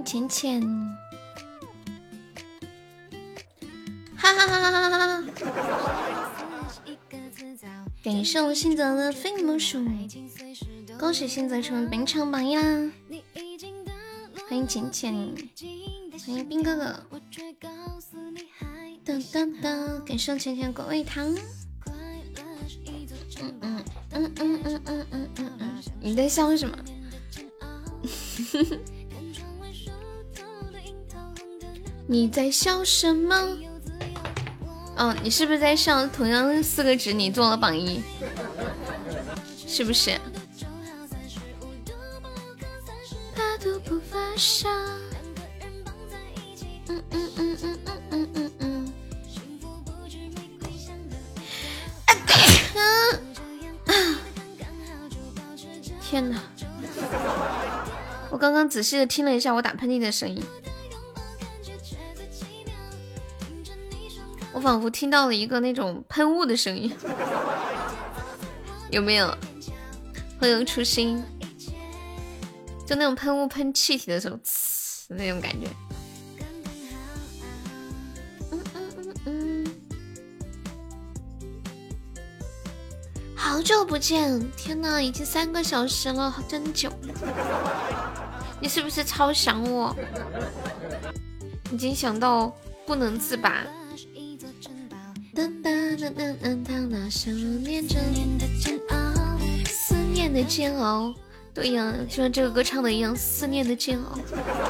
浅浅，哈哈哈哈哈哈！感谢我新泽的飞魔术，恭喜新泽成为本场榜一啦！欢迎浅浅，欢迎冰哥哥，当当当！感谢浅浅果味糖。你在笑什么？你在笑什么？哦，你是不是在笑？同样4个值，你做了榜一，是不是？大度不发烧。天哪！我刚刚仔细的听了一下我打喷嚏的声音，我仿佛听到了一个那种喷雾的声音，有没有？会有初心，就那种喷雾喷气体的时候，呲那种感觉。好久不见，天哪，已经3个小时了，真久。你是不是超想我？已经想到不能自拔。思念的煎熬，对呀，就像这个歌唱的一样，思念的煎熬。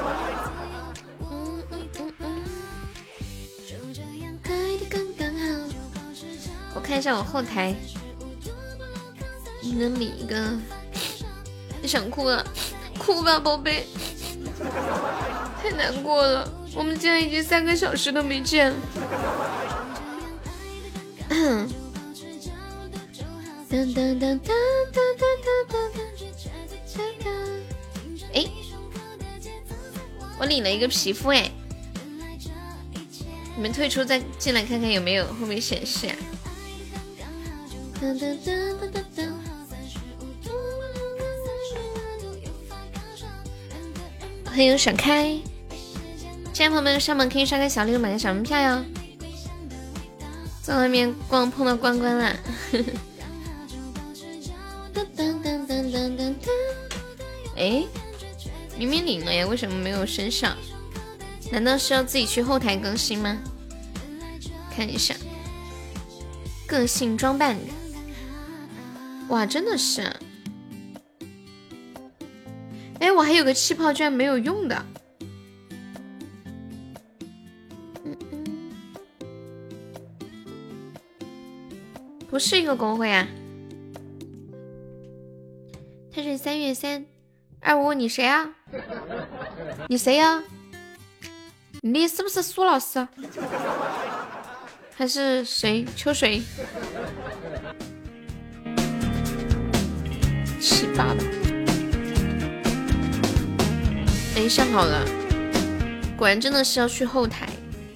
我看一下我后台。你能理一个？想哭了，哭吧，宝贝，太难过了。我们竟然已经3个小时都没见了。哎，我领了一个皮肤哎，你们退出再进来看看有没有，会不会显示啊？欢迎闪开，亲爱的朋友们，上门可以刷个小礼物，买个小门票哟。在外面逛碰到关关了，哎，明明领了呀，为什么没有升上？难道是要自己去后台更新吗？看一下，个性装扮，哇，真的是。哎，我还有个气泡居然没有用的，不是一个公会啊。他是3月325，你谁啊？你谁呀？你是不是苏老师？还是谁？秋水？78吧。哎，上好了，果然真的是要去后台。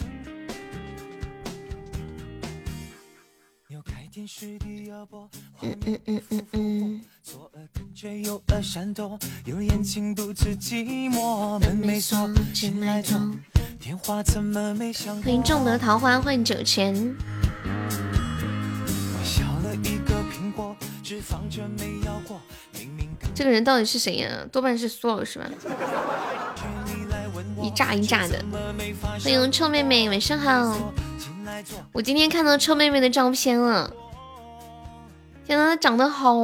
欢迎种德桃花，欢迎9钱。这个人到底是谁呀？多半是苏老师吧？一炸一炸的。欢迎臭妹妹，晚上好。我今天看到臭妹妹的照片了，天呐，她长得好，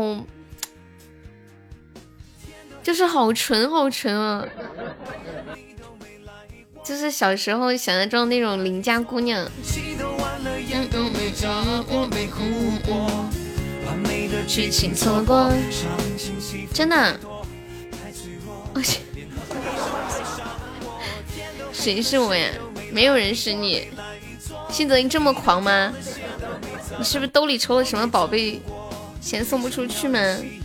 就是好纯好纯啊，就是小时候想象中那种邻家姑娘。剧情错过，真的。谁是我呀？没有人是你。新泽你这么狂吗？你是不是兜里抽了什么宝贝，钱送不出去吗？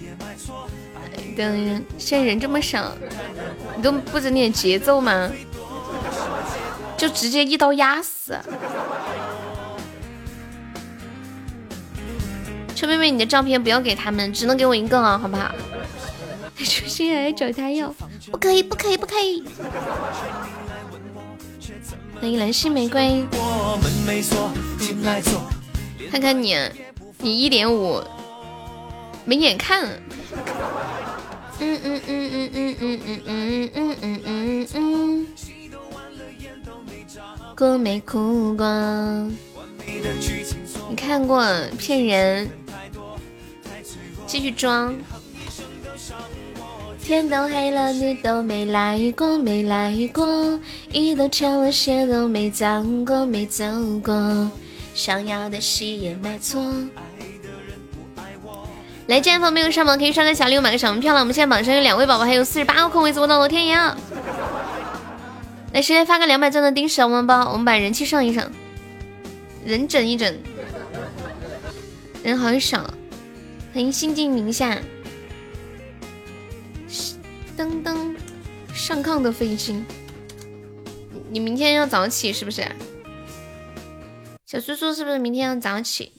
等现在人这么少，你都不整点节奏吗？就直接一刀压死。臭妹妹，你的照片不要给他们，只能给我一个啊，好不好？ 出心来找他要，不可以，不可以，不可以。欢迎蓝心玫瑰。看看你，你1.5没眼看。过没哭过？你看过骗人，继续装。天都黑了，你都没来过，没来过，衣都穿了，鞋都没脏过，没走过，想要的戏也买错。来，这方没有上榜可以刷个小礼物，买个小门票了。我们现在榜上有2位宝宝，还有48个空位子，我到罗天爷。来，谁来发个200钻的丁小萌包？我们把人气上一上，人整一整。人好少，欢迎心境宁夏。噔噔，上炕的飞机。你明天要早起是不是？小苏苏是不是明天要早起？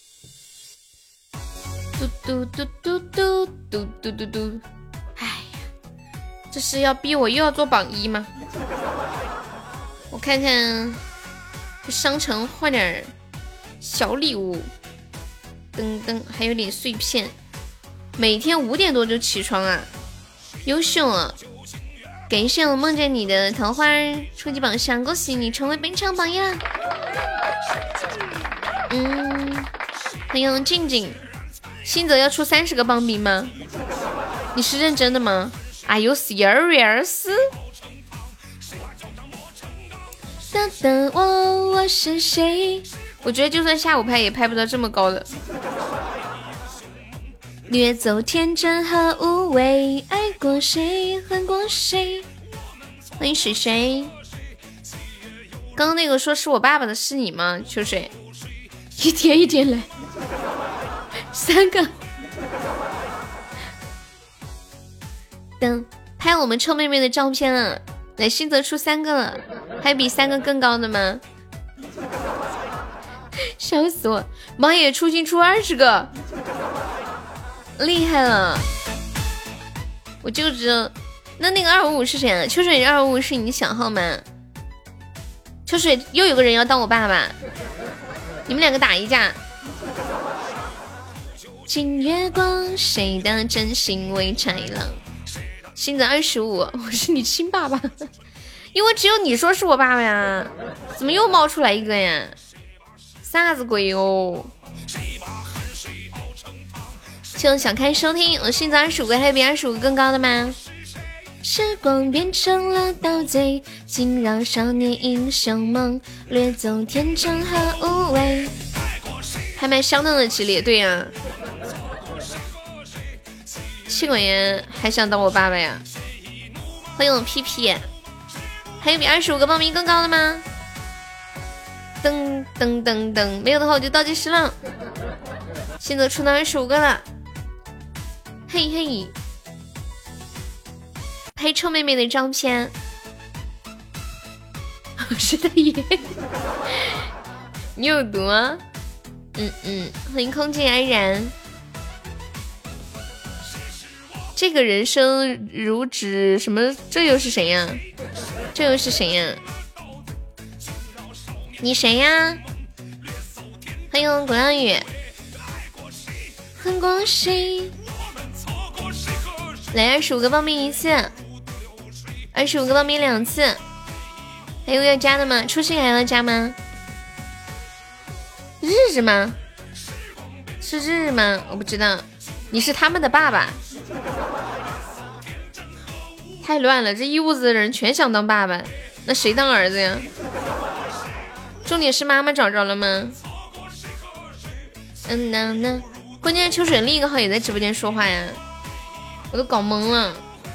嘟嘟嘟嘟嘟嘟嘟嘟嘟。哎呀，这是要逼我又要做榜1吗？我看看，去商城换点小礼物。噔噔，还有点碎片。每天5点多就起床啊，优秀啊！感谢我梦见你的桃花初级榜上，恭喜你成为本场榜1啦！欢迎静静。新泽要出30个棒冰吗？你是认真的吗？ Are you serious？ 等等我是谁？我觉得就算下午拍也拍不到这么高的。掠走天真和无畏，爱过谁恨过谁。欢迎水水。刚刚那个说是我爸爸的是你吗？秋水，一天一天来。3个。等拍我们臭妹妹的照片了，来新泽出3个了，还比3个更高的吗？笑死我！马野出新出20个，厉害了！我就知道，那个255是谁啊？秋水255是你小号吗？秋水又有个人要当我爸爸，你们2个打一架。今月光，谁的真心为豺狼？新泽25，我是你亲爸爸，因为只有你说是我爸爸呀，怎么又冒出来一个呀？啥子鬼哦！希望想看收听，我新泽25个，还有比25个更高的吗？时光变成了盗贼，竟让少年英雄梦，掠走天真和无畏。还蛮相当的激烈，对呀。气管炎还想当我爸爸呀？欢迎我屁屁，还有比25个报名更高的吗？噔噔噔噔，没有的话我就倒计时了。现在出到25个了，嘿嘿，拍臭妹妹的照片。我是大爷，你有毒啊？欢迎空气安然。这个人生如纸什么？这又是谁呀？这又是谁呀？你谁呀？欢迎果亮雨。恨过谁？来25个报名1次，25个报名2次。还有要加的吗？初心还要加吗？日日吗？是日日吗？我不知道。你是他们的爸爸？太乱了，这一屋子的人全想当爸爸，那谁当儿子呀？重点是妈妈找着了吗？关键是秋水另一个号也在直播间说话呀，我都搞懵了。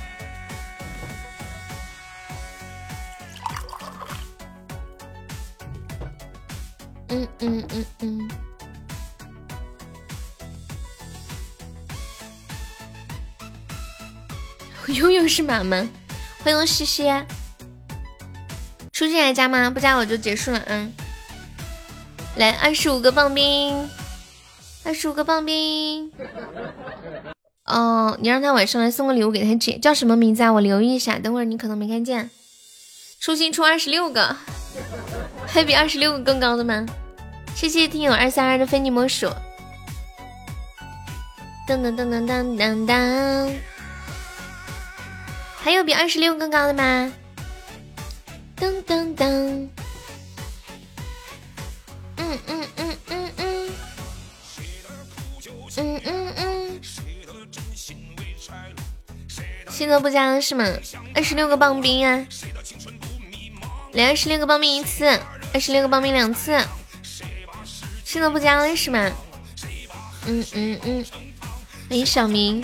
悠悠是妈妈，欢迎西西。出现来加吗？不加我就结束了。来25个棒冰，25个棒冰。 哦，你让他晚上来送个礼物给他姐，叫什么名字啊？我留意一下，等会儿你可能没看见。初心出26个，还比26个更高的吗？谢谢听友232的非你莫属。噔噔噔噔噔噔噔，还有比26更高的吗？噔噔噔，嗯嗯嗯嗯嗯，嗯嗯嗯，心都不加了是吗？26个棒冰啊，连26个棒冰一次，26个棒冰2次，心都不加了是吗？嗯嗯嗯。欢迎小明，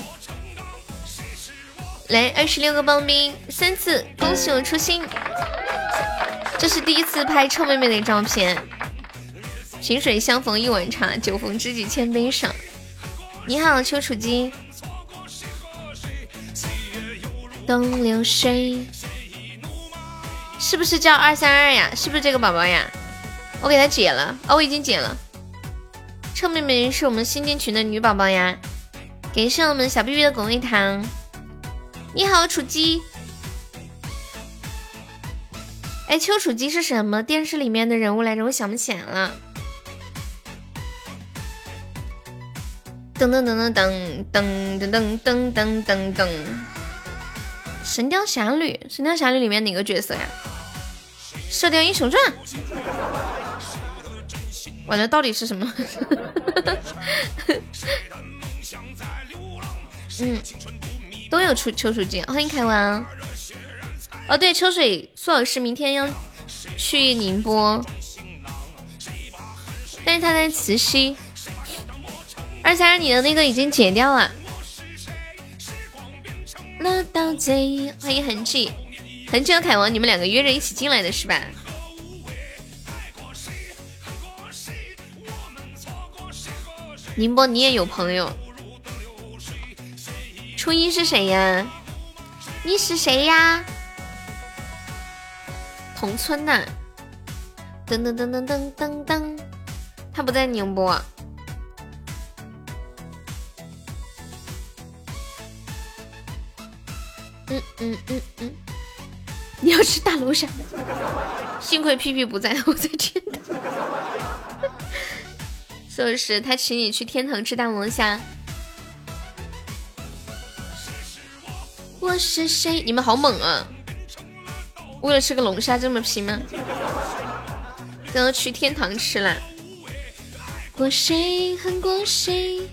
来26个棒冰3次，恭喜我初心。这是第一次拍臭妹妹的照片。萍水相逢一碗茶，酒逢知己千杯少。你好，丘处机。东流水，是不是叫232呀？是不是这个宝宝呀？我给他解了，哦，我已经解了。臭妹妹是我们新进群的女宝宝呀。感谢我们小 BB 的滚味糖。你好，楚鸡。哎，丘处机是什么电视里面的人物来着？我想不起来了。噔噔噔噔噔噔噔噔噔噔噔。神雕侠侣，神雕侠侣里面哪个角色呀？射雕英雄传。完了，到底是什么？都有丘处机，欢迎凯王。哦，对，秋水苏老师明天要去宁波，但是他在慈溪。232你的那个已经解掉了。那到贼，欢迎痕迹，痕迹和凯王，你们2个约着一起进来的是吧？宁波你也有朋友。初一是谁呀？你是谁呀？同村呐、噔噔噔噔噔噔噔，他不在宁波、啊。你要吃大龙虾，幸亏屁屁不在，我在天堂。所以是他请你去天堂吃大龙虾。我是谁？你们好猛啊！为了吃个龙虾这么拼吗？都要去天堂吃了。过谁恨过谁？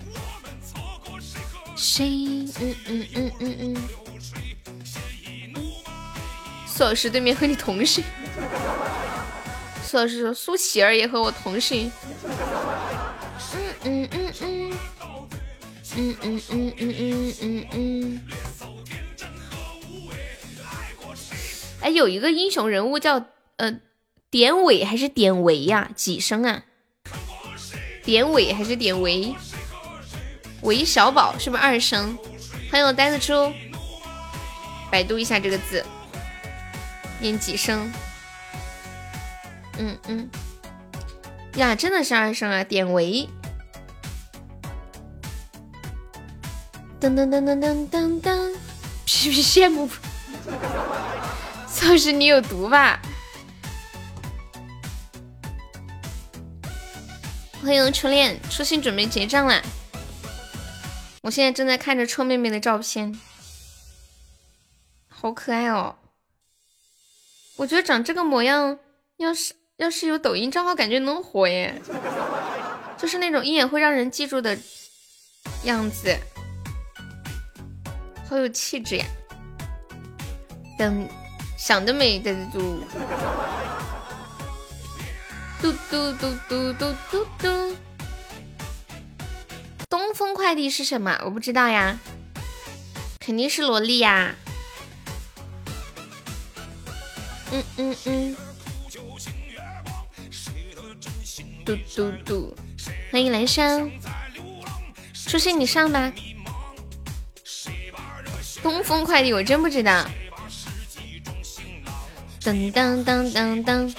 谁？苏老师对面和你同姓。苏老师说苏乞儿也和我同姓。哎，有一个英雄人物叫典韦还是典韦呀？几声啊？典韦还是典韦？韦小宝是不是2声？欢迎我呆子猪，百度一下这个字，念几声？呀，真的是2声啊！典韦。噔噔噔噔噔噔噔，皮皮羡慕。就是你有毒吧？欢迎初恋，初心准备结账啦。我现在正在看着臭妹妹的照片，好可爱哦！我觉得长这个模样，要是有抖音账号，感觉能火耶。就是那种一眼会让人记住的样子，好有气质呀！等。想得美的嘟嘟嘟嘟嘟嘟嘟嘟。东风快递是什么？我不知道呀，肯定是萝莉呀。嘟嘟嘟，欢迎蓝山，初心你上吧。东风快递我真不知道。噔噔噔噔噔，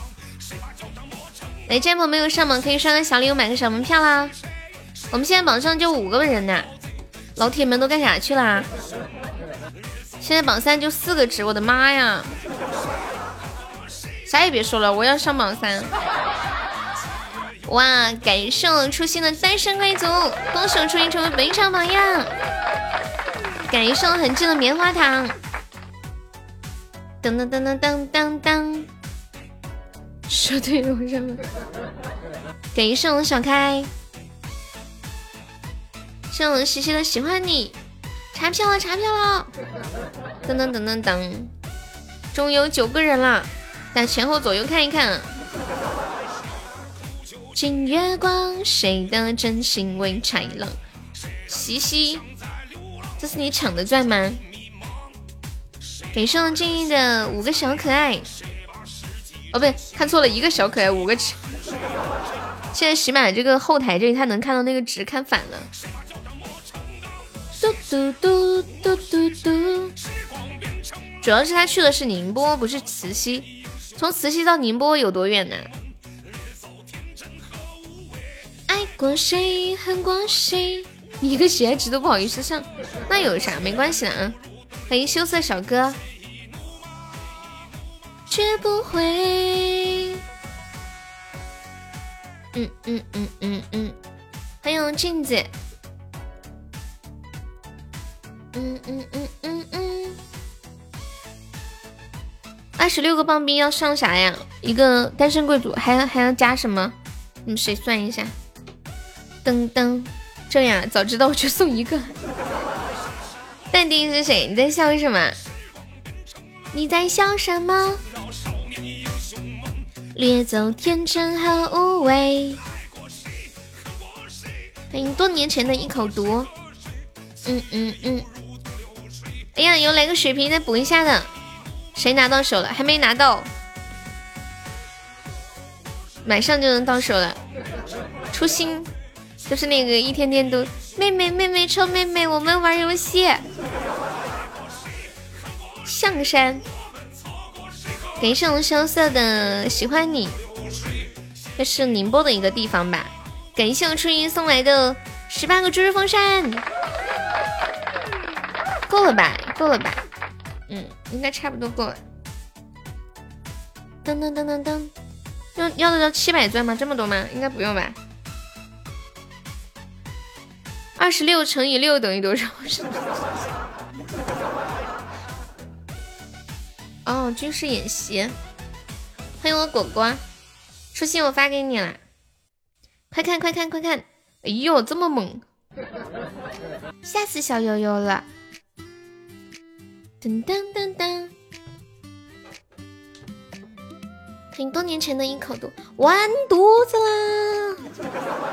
来，这朋友没有上榜可以刷个小礼物，买个小门票啦。我们现在榜上就5个人呢， 老铁们都干啥去了？现在榜3就4个值，我的妈呀！啥也别说了，我要上榜3。哇，感谢初心的单身贵族，恭喜初心成为本场榜样。感谢很近的棉花糖。当当当当当当当，说对了什么？感谢小开，谢我西西的喜欢你，查票了查票了。噔噔噔噔噔，终于有9个人了，大家前后左右看一看。金月光，谁的真心为豺狼？西西，这是你抢的钻吗？给上静怡的5个小可爱。哦，不对，看错了，1个小可爱，5个值。现在喜马这个后台这里，他能看到那个值看反了。嘟嘟嘟嘟嘟嘟。主要是他去的是宁波，不是慈溪。从慈溪到宁波有多远呢？爱过谁，恨过谁，1个喜爱值都不好意思上，那有啥？没关系的啊。欢迎羞涩小哥。绝不会。欢迎镜子。26个棒冰要上啥呀？一个单身贵族，还要加什么？你们谁算一下？噔噔，这样早知道我就送1个。淡定是谁？你在笑什么？你在笑什么？掠走天真和无畏。欢迎多年前的一口毒。哎呀，有来个水瓶再补一下的，谁拿到手了？还没拿到，马上就能到手了。初心就是那个一天天都妹妹臭妹妹，我们玩游戏。象山，给上羞涩的喜欢你，这是宁波的一个地方吧？感谢我初音送来的18个追日风扇，够了吧？够了吧？应该差不多够了。噔噔噔噔噔，要得到700钻吗？这么多吗？应该不用吧。26乘以6等于多少？哦，军事演习。欢迎我果果，初心我发给你了，快看快看快看！哎呦，这么猛，吓死小悠悠了！噔噔噔噔，欢迎多年前的一口毒，完犊子啦！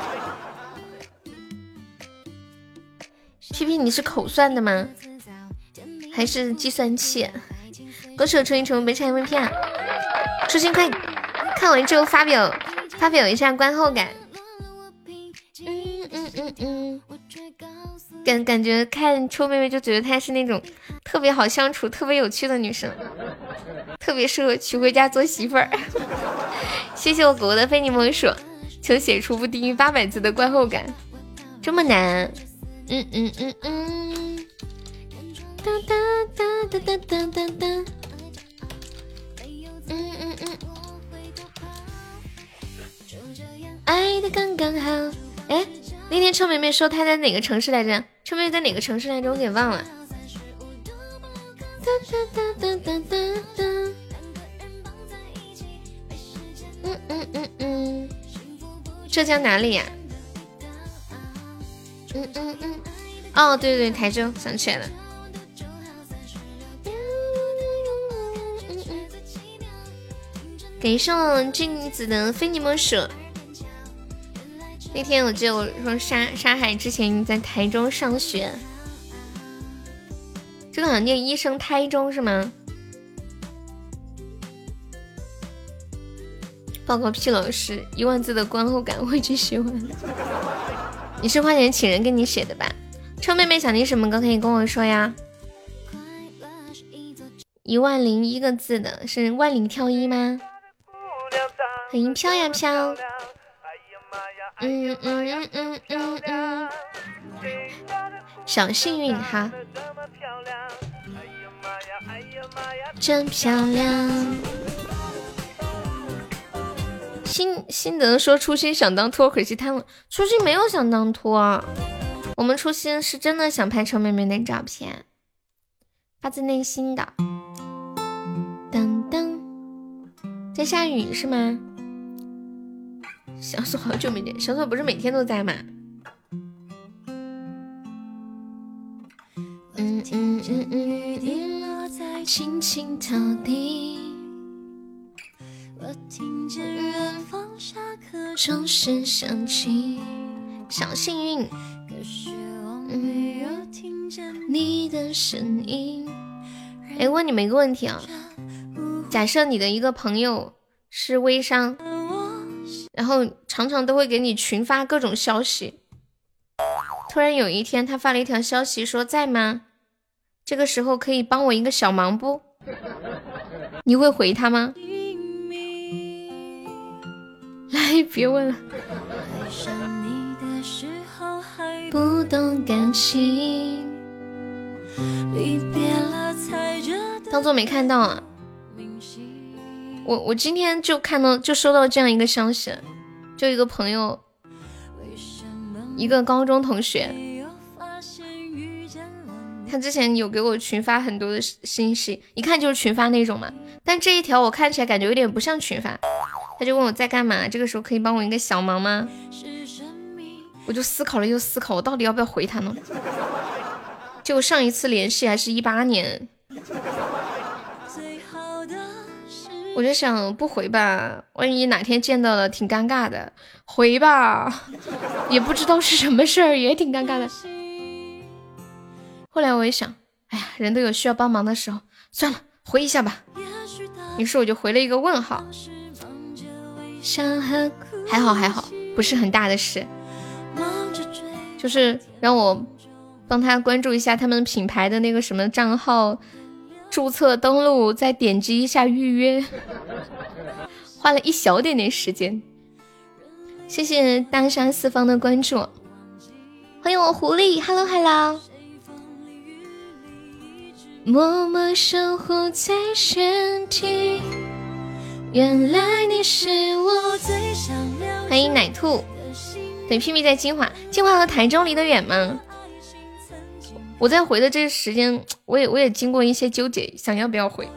屁屁，你是口算的吗？还是计算器？恭喜我初心成为本场 MVP 啊！初心快看完之后发表一下观后感。感觉看秋妹妹就觉得她是那种特别好相处、特别有趣的女生，特别适合娶回家做媳妇儿。谢谢我果果的非你莫属，请写出不低于800字的观后感。这么难？哒哒哒哒哒哒哒。爱的刚刚好。哎，那天臭妹妹说她在哪个城市来着？臭妹妹在哪个城市来着？我给忘了。浙江哪里呀？哦，对对对，台州，想起来了。给上镜子的非你莫属。那天我记得我说沙海之前在台中上学，这个好像念医生台中是吗？报告屁老师，1万字的观后感我已经写完了。你是花钱请人给你写的吧？臭妹妹想听什么歌可以跟我说呀？10001个字的是万里挑一吗？欢迎飘呀飘。 小幸运哈，真漂亮。心得说初心想当托，可惜太晚。初心没有想当托，我们初心是真的想拍臭妹妹的照片，发自内心的。噔噔，在下雨是吗？小锁好久没见，小锁不是每天都在吗？轻轻投地，我听见远方下课钟声响起，小幸运。可是我没有听见你的声音。哎，问你们一个问题啊，假设你的一个朋友是微商，然后常常都会给你群发各种消息，突然有一天他发了一条消息说在吗？这个时候可以帮我一个小忙不？你会回他吗？来，别问了。不懂感情，当做没看到啊。我今天就收到这样一个消息，就一个朋友，一个高中同学，他之前有给我群发很多的信息，一看就是群发那种嘛，但这一条我看起来感觉有点不像群发。他就问我在干嘛，这个时候可以帮我一个小忙吗？我就思考了又思考，我到底要不要回他呢？就上一次联系还是18年，我就想不回吧，万一哪天见到了挺尴尬的。回吧，也不知道是什么事儿，也挺尴尬的。后来我也想，哎呀，人都有需要帮忙的时候，算了，回一下吧。于是我就回了一个问号。还好，不是很大的事，就是让我帮他关注一下他们品牌的那个什么账号，注册登录，再点击一下预约，花了一小点点时间。谢谢大山四方的关注，欢迎我狐狸 ，Hello Hello。默默守护在身体，原来你是我最想要。欢迎奶兔，对，屁屁在金华和台州离得远吗？我在回的这时间，我也经过一些纠结，想要不要回，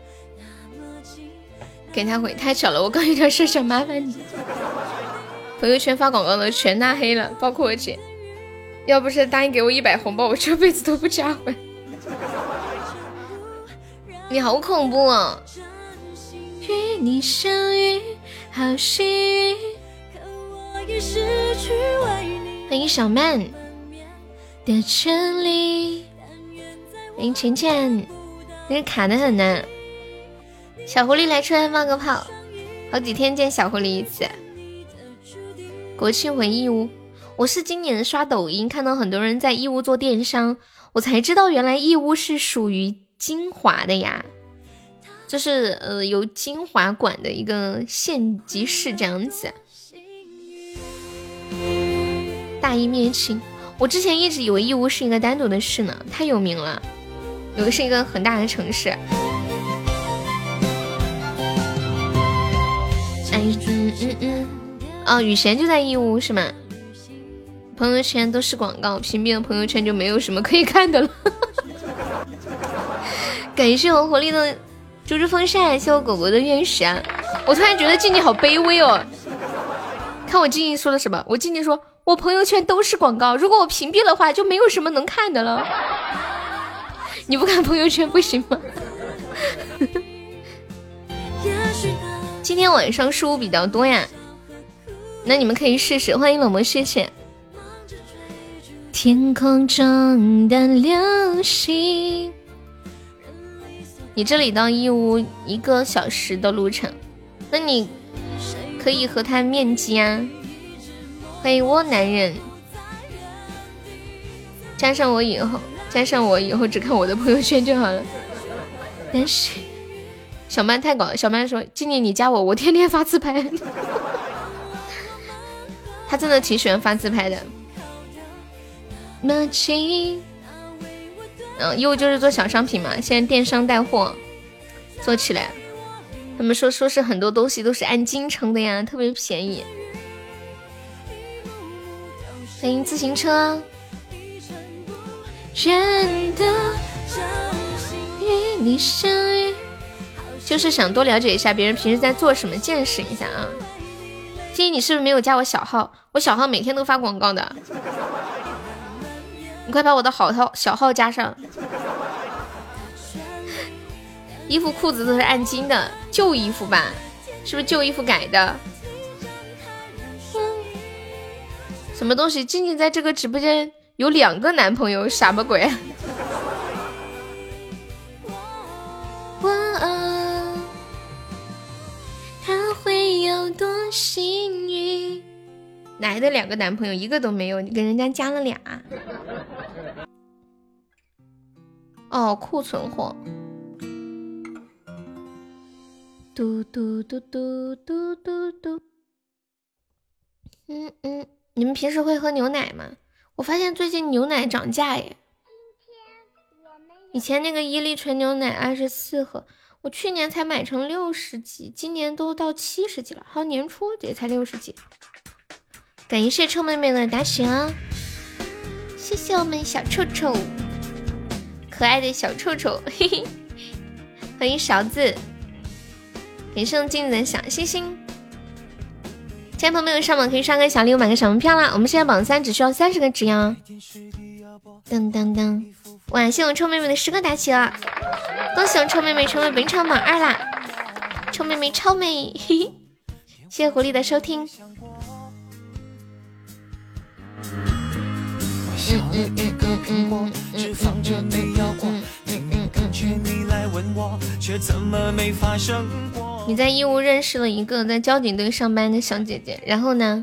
给他回太巧了。我刚有点事想麻烦你，朋友圈发广告的全拉黑了，包括我姐。要不是答应给我100红包，我这辈子都不加回。你好恐怖啊！与你相遇好幸运，欢迎小曼的真理，欢迎浅浅，那是卡得很呢。小狐狸来出来放个炮，好几天见小狐狸一次。国庆回义乌，我是今年刷抖音看到很多人在义乌做电商，我才知道原来义乌是属于金华的呀，就是由金华管的一个县级市这样子。大义灭亲，我之前一直以为义乌是一个单独的市呢，太有名了，以为是一个很大的城市。哦，雨贤就在义乌是吗？朋友圈都是广告，屏蔽了朋友圈就没有什么可以看的了。感谢我活力的猪猪风扇，谢我狗狗的原始啊！我突然觉得静静好卑微哦。看我静静说的什么？我静静说，我朋友圈都是广告，如果我屏蔽的话，就没有什么能看的了。你不看朋友圈不行吗？今天晚上事务比较多呀，那你们可以试试。欢迎冷漠，谢谢。天空中的流星，你这里到义乌1个小时的路程，那你可以和他面基啊。欢迎窝男人，加上我以后只看我的朋友圈就好了。但是小曼太搞了，小曼说今年你加我，我天天发自拍。他真的挺喜欢发自拍的。 又就是做小商品嘛，现在电商带货做起来，他们说是很多东西都是按斤称的呀，特别便宜。欢迎自行车，真的与你相遇，就是想多了解一下别人平时在做什么，见识一下啊。建议你是不是没有加我小号？我小号每天都发广告的，你快把我的小号加上。衣服裤子都是按斤的，旧衣服吧？是不是旧衣服改的？什么东西？静静在这个直播间有2个男朋友，啥么鬼？他会有多幸运？哪来的2个男朋友？一个都没有，你跟人家加了俩。哦，库存货。嘟嘟嘟嘟嘟嘟嘟。你们平时会喝牛奶吗？我发现最近牛奶涨价耶。以前那个伊利纯牛奶24盒，我去年才买成60几，今年都到70几了，还有年初也才60几。感谢臭妹妹的打赏啊！谢谢我们小臭臭，可爱的小臭臭，嘿嘿！欢迎勺子，感谢镜子的小星星。亲爱的朋友们，上榜可以刷个小礼物，买个小门票啦！我们现在榜3只需要30个值呀！噔噔噔！哇，谢我臭妹妹的10个打起了，恭喜我臭妹妹成为本场榜2啦！臭妹妹超美，嘿嘿！谢谢狐狸的收听。你在义乌认识了一个在交警队上班的小姐姐，然后呢？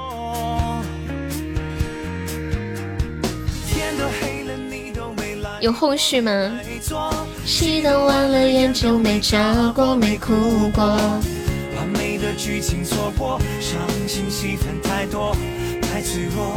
有后续吗？谁都忘了眼睛没眨过，没哭过。完美的剧情错过，伤心戏份太多，太脆弱。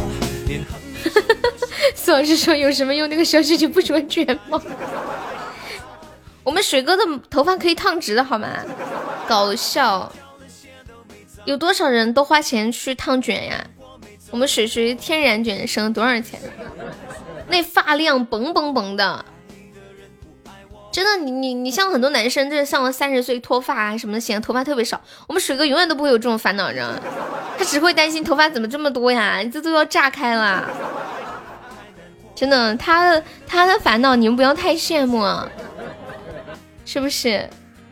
苏老师说有什么用？那个小姐姐不喜欢卷毛。我们水哥的头发可以烫直的好吗？搞笑，有多少人都花钱去烫卷呀？我们水天然卷省了多少钱？那发量嘣嘣嘣的，真的，你像很多男生，就是上了30岁脱发啊什么的，显得头发特别少。我们水哥永远都不会有这种烦恼着，他只会担心头发怎么这么多呀，这都要炸开了。真的，他的烦恼你们不要太羡慕啊，是不是？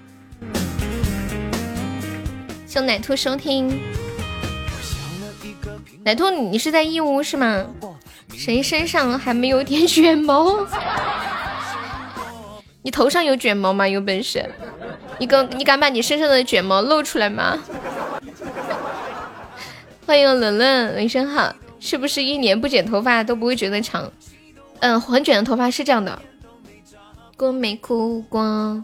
谢奶兔收听，奶兔你是在义乌是吗？谁身上还没有点卷毛？你头上有卷毛吗？有本事，你敢把你身上的卷毛露出来吗？欢迎冷冷，晚上好。是不是1年不剪头发都不会觉得长？很卷的头发是这样的。过没哭过。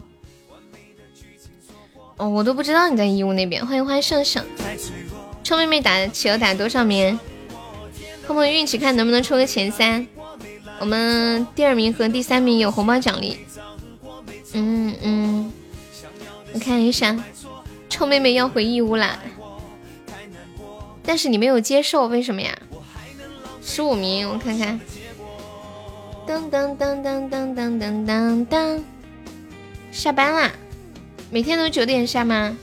哦，我都不知道你在义乌那边。欢迎欢迎盛盛。臭妹妹打企鹅打多少名？碰碰运气看能不能抽个前3。我们第2名和第3名有红包奖励。我看一下，臭妹妹要回义乌啦，但是你没有接受，为什么呀？15名，我看看。噔噔噔噔噔噔噔噔噔，下班啦？每天都9点下吗？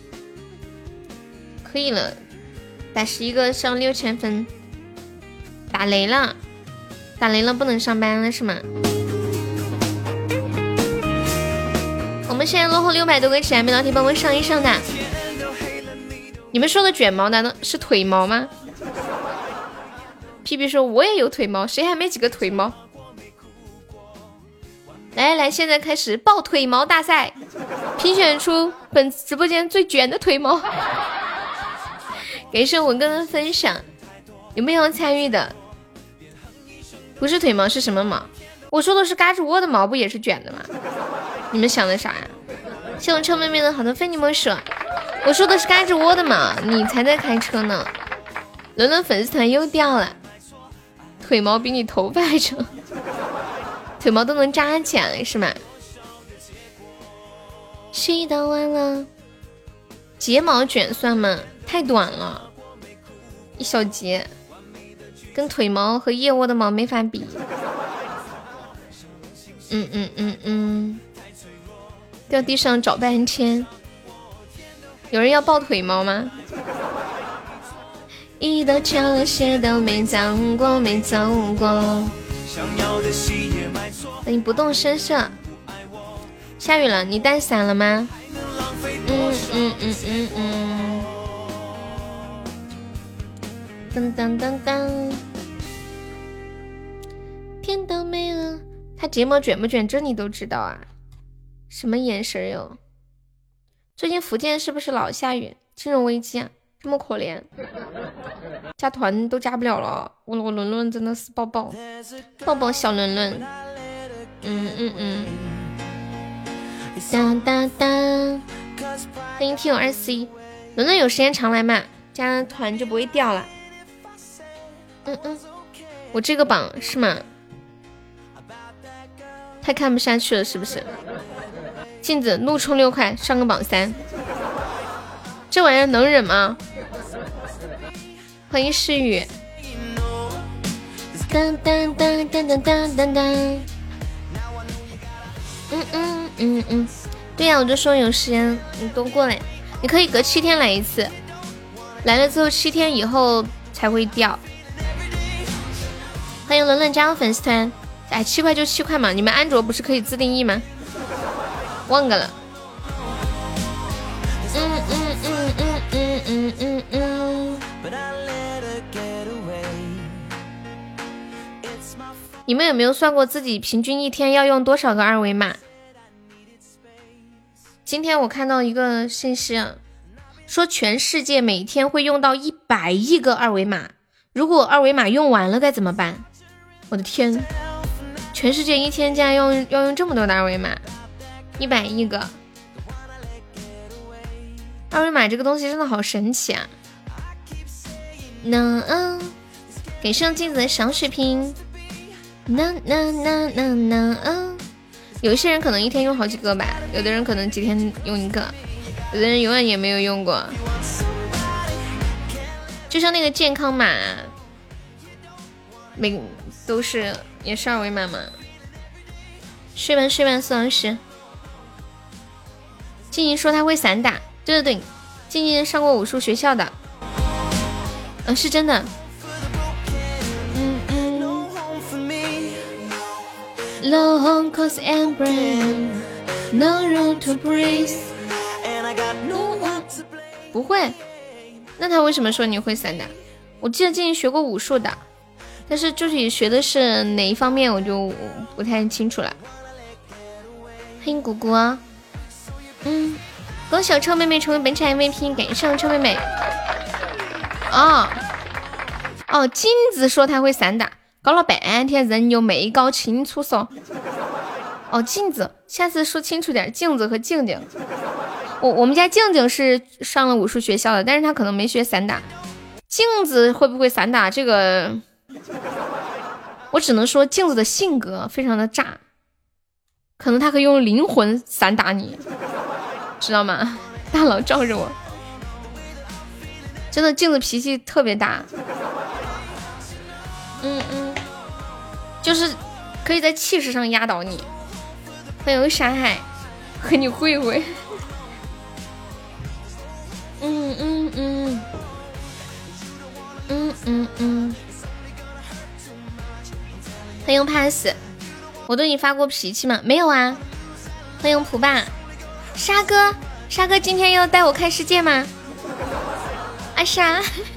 可以了，打11个上6000分。打雷了，打雷了不能上班了是吗？我们现在落后600多个值，还没老铁帮我上一上的。你们说的卷毛难道是腿毛吗？屁屁说我也有腿毛，谁还没几个腿毛？来，现在开始爆腿毛大赛，评选出本直播间最卷的腿毛。感谢文哥的分享，有没有参与的？不是腿毛是什么毛？我说的是嘎吱窝的毛，不也是卷的吗？你们想的啥呀？谢我臭妹妹的好多非你莫属，我说的是嘎吱窝的毛，你才在开车呢。伦伦粉丝团又掉了， 腿毛比你头发还长，腿毛都能扎起来是吗？洗到完了，睫毛卷算吗？太短了，一小节，跟腿毛和腋窝的毛没法比。掉地上找半天，有人要抱腿毛吗？一道桥鞋都没走过，没走过。你不动声色。下雨了，你带伞了吗？噔噔噔噔，天都没了。他睫毛卷不卷，这你都知道啊？什么眼神哟？最近福建是不是老下雨？金融危机啊，这么可怜，加团都加不了了。我伦伦真的是抱抱小伦伦。哒哒哒，欢迎 T2C， 伦伦有时间常来嘛，加团就不会掉了。我这个榜是吗？太看不下去了是不是？镜子怒充6块上个榜3，这玩意儿能忍吗？欢迎诗雨。当当当当当当当当。对呀，我就说有时间你多过来，你可以隔7天来一次，来了之后7天以后才会掉。欢迎伦伦加入粉丝团。哎，7块就7块嘛，你们安卓不是可以自定义吗？忘了。你们有没有算过自己平均一天要用多少个二维码？今天我看到一个信息啊，说全世界每天会用到100亿个二维码，如果二维码用完了该怎么办？我的天，全世界一天竟然要用这么多的二维码，100亿个二维码，这个东西真的好神奇啊！给上镜子的小水瓶，有些人可能一天用好几个吧，有的人可能几天用一个，有的人永远也没有用过。就像那个健康码，都是也是二维码嘛。睡吧4老师。静静说他会散打，对，静静上过武术学校的，是真的。Low home cause and brain, no room to breathe. 不会，那他为什么说你会散打？我记得静静学过武术的，但是具体学的是哪一方面我就不太清楚了。欢迎姑姑啊，恭喜小臭妹妹成为本场 MVP， 感谢臭妹妹。哦，镜子说他会散打。搞了半天人又没搞清楚说。镜子，下次说清楚点，镜子和静静。我们家静静是上了武术学校的，但是他可能没学散打。镜子会不会散打？这个我只能说镜子的性格非常的炸，可能他可以用灵魂散打你，知道吗？大佬罩着我，真的镜子脾气特别大。就是可以在气势上压倒你。欢迎山海，和你会会。欢迎 pass， 我对你发过脾气吗？没有啊。欢迎蒲爸，沙哥今天要带我看世界吗？阿沙。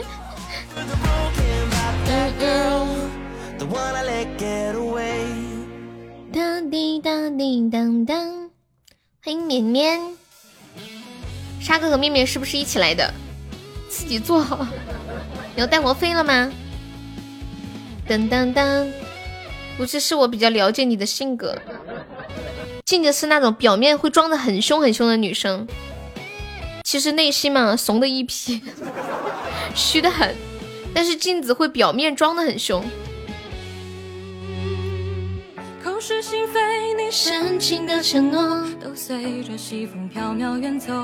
当叮当叮当当，欢迎绵绵。沙哥和面面是不是一起来的？自己做好。你要带我飞了吗？噔噔噔，不是我比较了解你的性格。静静是那种表面会装的很凶很凶的女生，其实内心嘛怂的一批，虚的很。但是镜子会表面装的很凶， 是心扉，你深情的承诺都随着西风飘渺远走。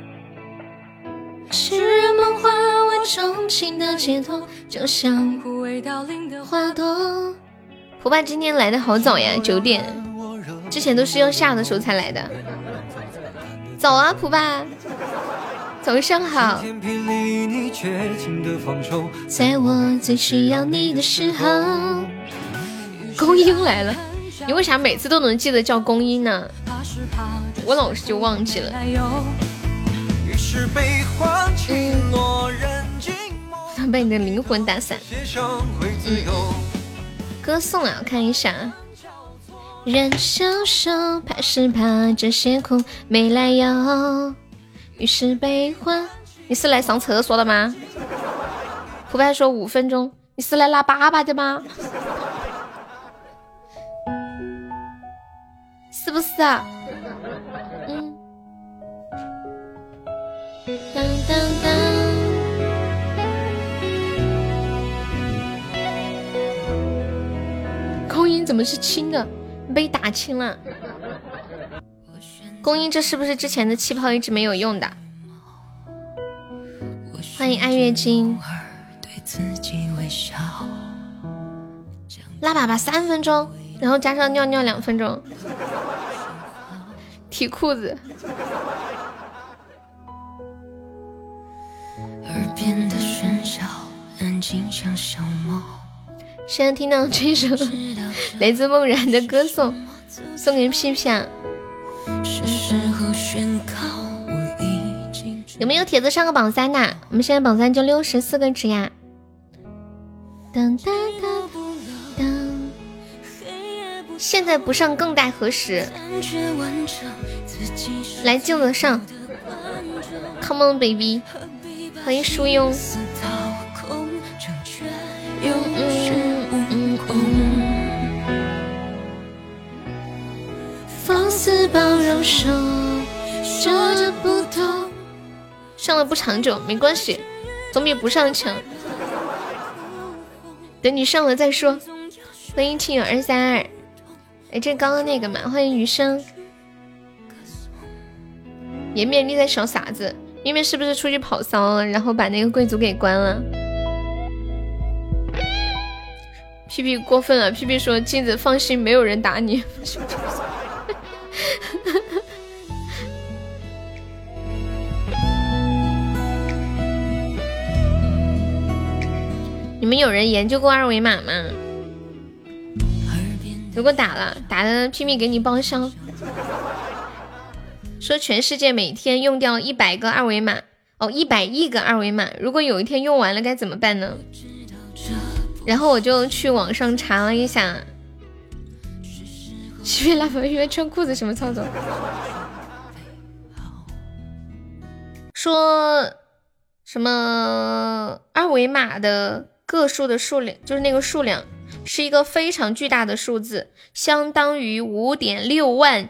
诗人梦化为钟情的解脱，就像枯萎凋零的花朵。 蒲爸今天来的好早呀，9点，之前都是要下的时候才来的。早啊，蒲爸，早上好。在我最需要你的时候。公英来了，你为啥每次都能记得叫公英呢？我老是就忘记了。想把你的灵魂打散。歌颂啊，我看一下。人消瘦，怕是怕这些苦没来由，于是悲欢。你是来上厕所的吗？蒲白说5分钟，你是来拉粑粑的吗？是不是啊？当当当。公音怎么是轻的？被打轻了。公音这是不是之前的气泡一直没有用的？欢迎爱月经。拉粑粑3分钟，然后加上尿尿2分钟。提裤子。耳边的喧嚣，安静像小猫。现在听到这首来自梦然的歌颂，送给屁屁啊！有没有帖子上个榜3的？我们现在榜3就64个值呀！当当当当，现在不上更待何时？来就得上 ，Come on baby， 欢迎疏庸。放肆包容手，说着不痛。上了不长久，没关系，总比不上强。等你上了再说。欢迎亲友232，哎，这刚刚那个嘛，欢迎余生。颜面你在小傻子，面面是不是出去跑骚了，然后把那个贵族给关了？屁屁过分了，屁屁说镜子放心，没有人打你。你们有人研究过2维码吗？如果打了屁屁给你报销。说全世界每天用掉100个2维码，100亿个2维码，如果有一天用完了该怎么办呢？然后我就去网上查了一下，西北拉法因为穿裤子什么操作？说什么2维码的个数的数量，就是那个数量是一个非常巨大的数字，相当于5.6万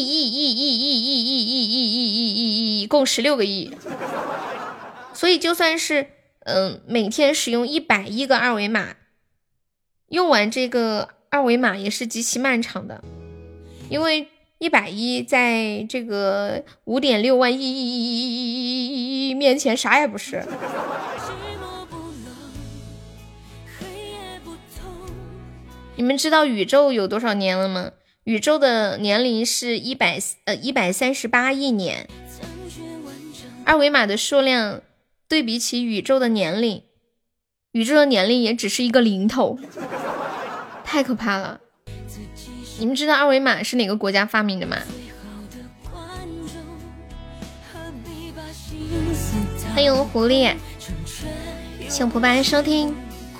亿，共16个亿。所以就算是每天使用100亿个2维码，用完这个2维码也是极其漫长的，因为100亿在这个5.6万亿面前啥也不是。你们知道宇宙有多少年了吗？宇宙的年龄是138亿年。2维码的数量对比起宇宙的年龄，宇宙的年龄也只是一个零头，太可怕了。你们知道2维码是哪个国家发明的吗？欢迎狐狸，请蒲白收听。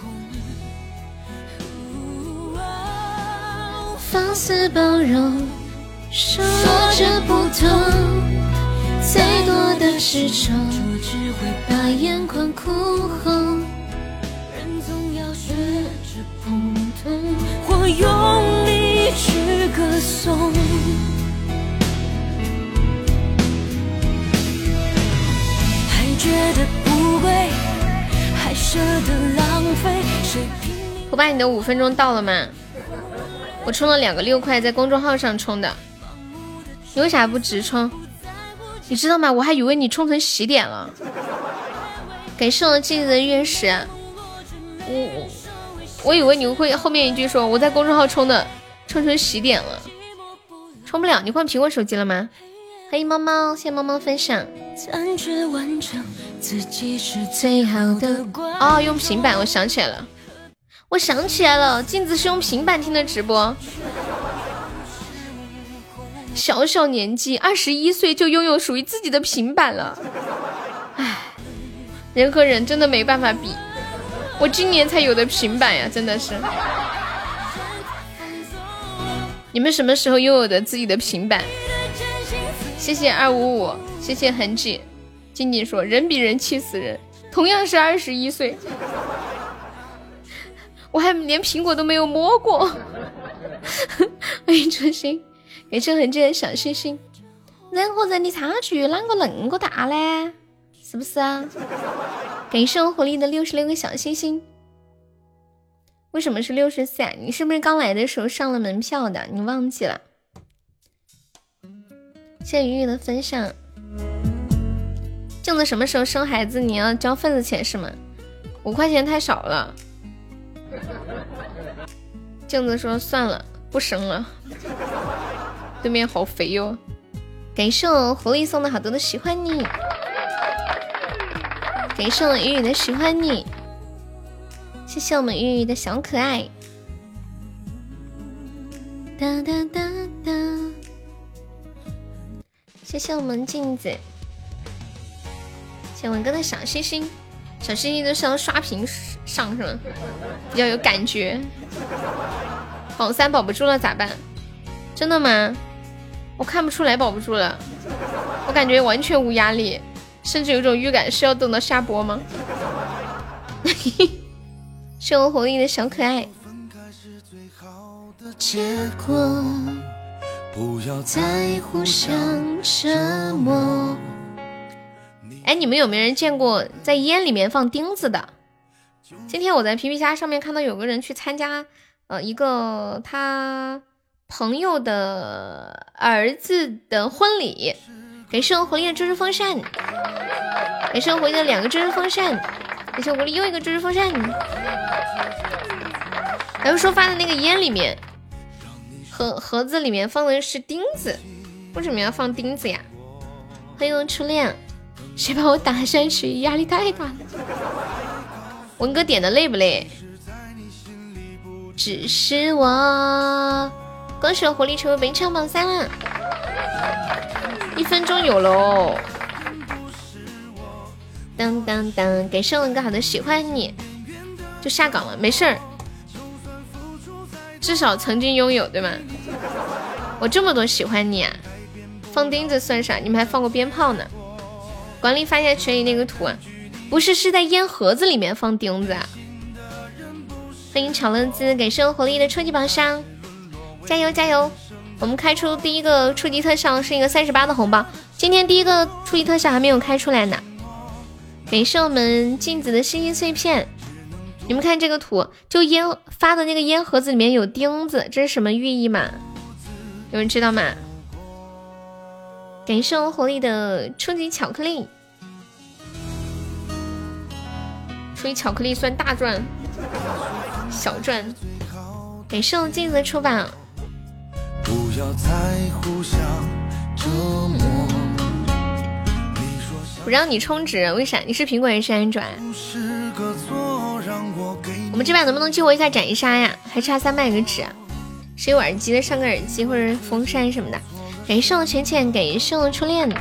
放肆包容，说着不痛，再多的执着只会把眼眶哭红。人总要学着不同，或用力去歌颂。还觉得不贵，还舍得浪费。我把你的5分钟到了吗？ 我充了2个6块，在公众号上充的。你为啥不直充？你知道吗？我还以为你充成洗点了。感谢我记的月食。我以为你会后面一句说我在公众号充的，充成洗点了。充不了，你换苹果手机了吗？欢迎猫猫，谢谢猫猫分享。感觉完整，自己是最好的。哦，用平板，我想起来了，镜子是用平板听的直播。小小年纪，21岁就拥有属于自己的平板了。唉，人和人真的没办法比。我今年才有的平板呀，真的是。你们什么时候拥有的自己的平板？谢谢255，谢谢痕迹。静静说人比人气死人，同样是21岁，我还连苹果都没有摸过。欢迎初心，感谢痕迹的小星星。人和人的差距啷个恁个大呢？是不是啊？感谢我狐狸的66个小星星。为什么是64啊？你是不是刚来的时候上了门票的？你忘记了？谢谢鱼鱼的分享。镜子什么时候生孩子？你要交份子钱是吗？5块钱太少了。镜子说算了，不生了。对面好肥哟。感谢我狐狸送的好多的喜欢你。感谢我鱼鱼的喜欢你。谢谢我们鱼鱼的小可爱。哒哒哒哒。谢谢我们镜子，谢谢文哥的小星星，小星星都是要刷屏上是吗？比较有感觉。榜3保不住了咋办？真的吗？我看不出来保不住了，我感觉完全无压力，甚至有种预感是要等到下播吗？是我活力的小可爱。结果不要再互相折磨。哎，你们有没有人见过在烟里面放钉子的？今天我在皮皮虾上面看到有个人去参加一个他朋友的儿子的婚礼，给生活力的知识风扇，给生活力的2个知识风扇，给生活力又一个知识风扇。还有说发的那个烟里面盒子里面放的是钉子，为什么要放钉子呀？欢迎初恋，谁把我打下去？压力太大了。文哥点的累不累？只是我，恭喜我活力成为本场榜3了，1分钟有喽。当当当，给盛文哥好的喜欢你，就下岗了，没事儿。至少曾经拥有，对吗？我这么多喜欢你啊，放钉子算啥？你们还放过鞭炮呢。管理发一下群里那个图啊，不是，是在烟盒子里面放钉子啊。欢迎巧乐兹给生活力的初级宝箱，加油加油！我们开出第一个初级特效是一个38的红包，今天第一个初级特效还没有开出来呢。给是我们镜子的星星碎片。你们看这个图，就烟发的那个烟盒子里面有钉子，这是什么寓意嘛？有人知道吗？感谢我活力的初级巧克力，初级巧克力算大赚小赚。感谢我镜子的出版。不要再互相折磨，不让你充值，为啥？你是苹果还是安卓？我们这把能不能激活一下斩一杀呀？还差300个纸，谁有耳机的上个耳机或者风扇什么的。感谢我浅浅，感谢我初恋，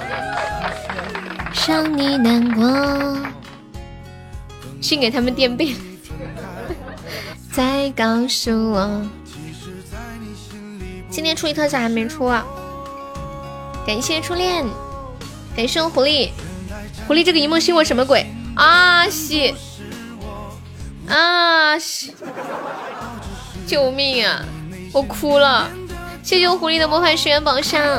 让你难过，去给他们垫背。再告诉我，今天初一特效还没出啊！感谢初恋，感谢我狐狸，狐狸这个一梦星我什么鬼啊？西啊西！救命啊！我哭了！谢谢我狐狸的魔法学员宝箱。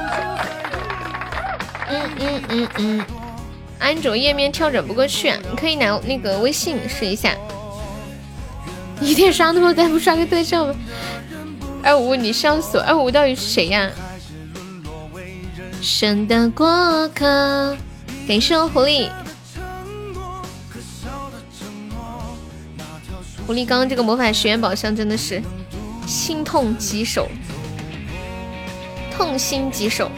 安卓页面跳转不过去，你可以拿那个微信试一下。一天刷那么多，不刷个特效吗？ 255你上锁，255到底是谁呀？ 生的过客， 感谢我狐狸。狐狸刚刚这个魔法学院宝箱真的是心痛疾首，痛心疾首。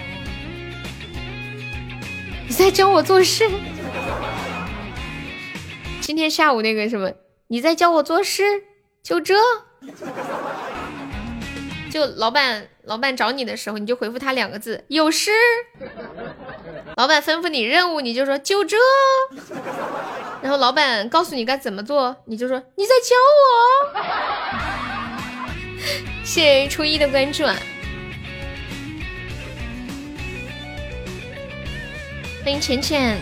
你在教我做事？今天下午那个什么，你在教我做事？就这？就老板找你的时候，你就回复他2个字：有事。老板吩咐你任务，你就说就这。然后老板告诉你该怎么做，你就说你在教我。谢谢初一的关注啊！欢迎浅浅。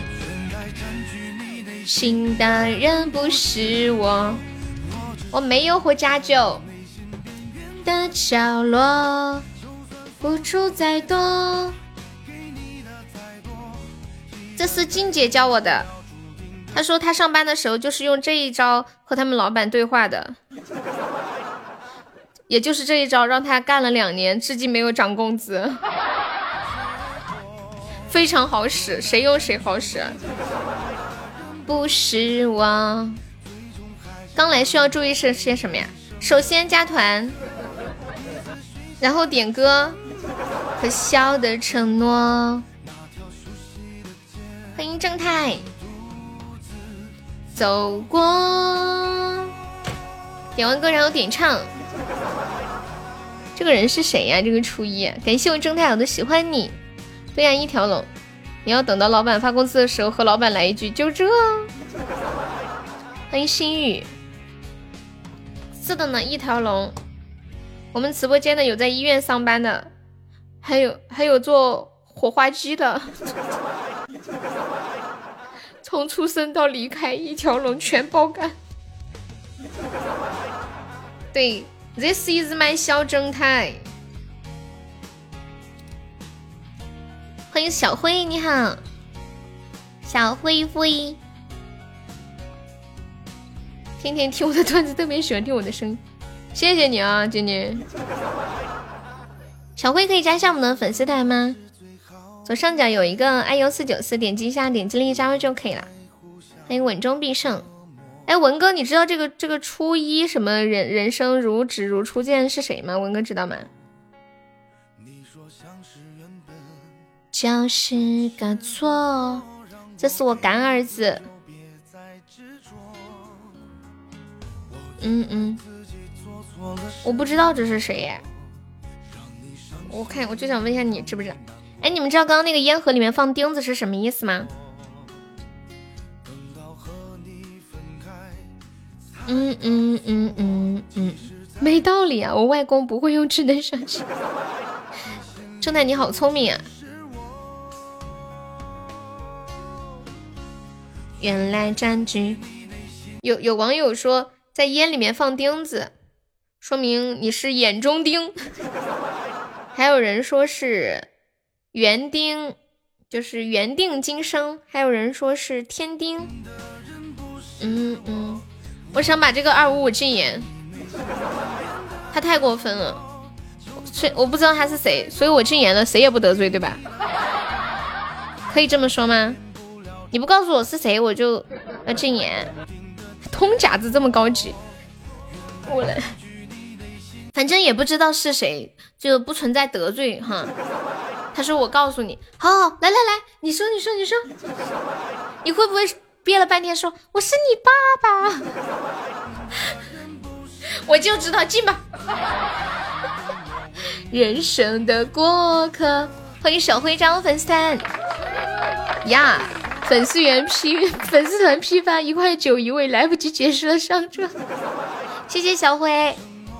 心的人不是我，我没有回家酒的角落，付出再多。这是静姐教我的，她说她上班的时候就是用这一招和他们老板对话的，也就是这一招让她干了2年，至今没有涨工资，非常好使，谁用谁好使。不是我，刚来需要注意是些什么呀？首先加团，然后点歌，可笑的承诺。欢迎正太，走过，点完歌然后点唱。这个人是谁呀？这个初一，感谢我正太，我都喜欢你。对岸一条龙，你要等到老板发工资的时候和老板来一句就这。欢迎心雨。是的呢，一条龙。我们直播间的有在医院上班的，还有做火花机的。从出生到离开，一条龙全包干。对 ，This is my 小正太。欢迎小辉，你好，小灰灰。天天听我的段子，特别喜欢听我的声音，谢谢你啊，姐姐。小辉可以加一下我们的粉丝团吗？左上角有一个IU494，点击一下，点击立即加入就可以了。欢迎稳中必胜。哎，文哥，你知道这个初一什么人生如指如初见是谁吗？文哥知道吗？就是个错，这是我干儿子。我不知道这是谁耶。我就想问一下你知不知道？哎，你们知道刚刚那个烟盒里面放钉子是什么意思吗？没道理啊！我外公不会用智能手机。正太你好聪明啊！原来占据有网友说在烟里面放钉子，说明你是眼中钉。还有人说是园丁，就是缘定今生。还有人说是天丁。我想把这个255禁言，他太过分了。我不知道他是谁，所以我禁言了，谁也不得罪，对吧？可以这么说吗？你不告诉我是谁，我就要禁言。通假字这么高级，我来，反正也不知道是谁，就不存在得罪哈。他说我告诉你，好，来，你说，你会不会憋了半天说我是你爸爸？我就知道进吧。人生的过客，欢迎小徽章粉丝团呀，粉丝团批发1块9一位，来不及解释了上车。谢谢小辉。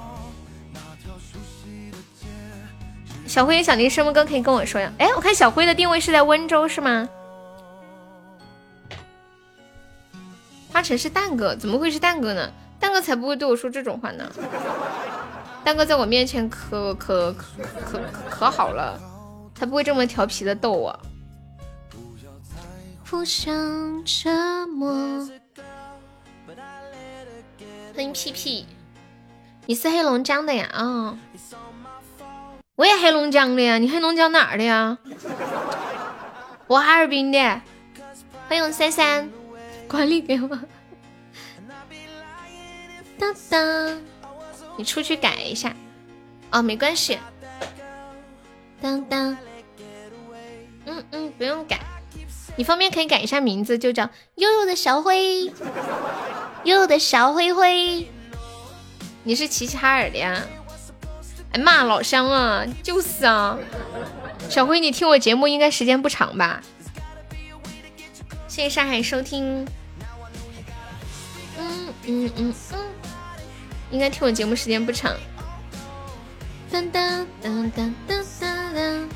小辉想听什么歌可以跟我说呀？哎，我看小辉的定位是在温州是吗？花城是蛋哥，怎么会是蛋哥呢？蛋哥才不会对我说这种话呢。蛋哥在我面前可好了，他不会这么调皮的逗我。不想折磨。欢迎屁屁， 你是黑龙江的呀？哦，我也黑龙江的呀。你黑龙江哪儿的呀？我哈尔滨的。欢迎珊珊，管理给我。当当，你出去改一下。哦，没关系。当当，不用改。你方便可以改一下名字，就叫悠悠的小灰，悠悠的小灰灰。你是齐齐哈尔的呀？哎妈，老乡啊，就是啊。小辉，你听我节目应该时间不长吧？谢谢上海收听。应该听我节目时间不长。当当当当当当当。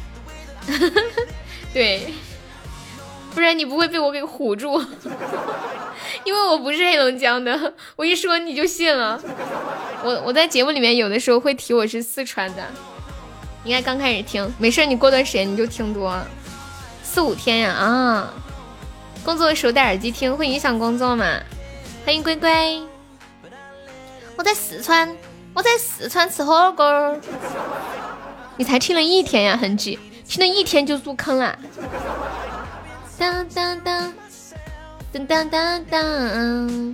对，不然你不会被我给唬住。因为我不是黑龙江的，我一说你就信了。我在节目里面有的时候会提我是四川的，应该刚开始听，没事，你过段时间你就听多了，4、5天呀啊！工作的时候戴耳机听会影响工作吗？欢迎龟龟，我在四川吃火锅。你才听了1天呀，痕迹，听了1天就入坑了。当当当。噔当当当，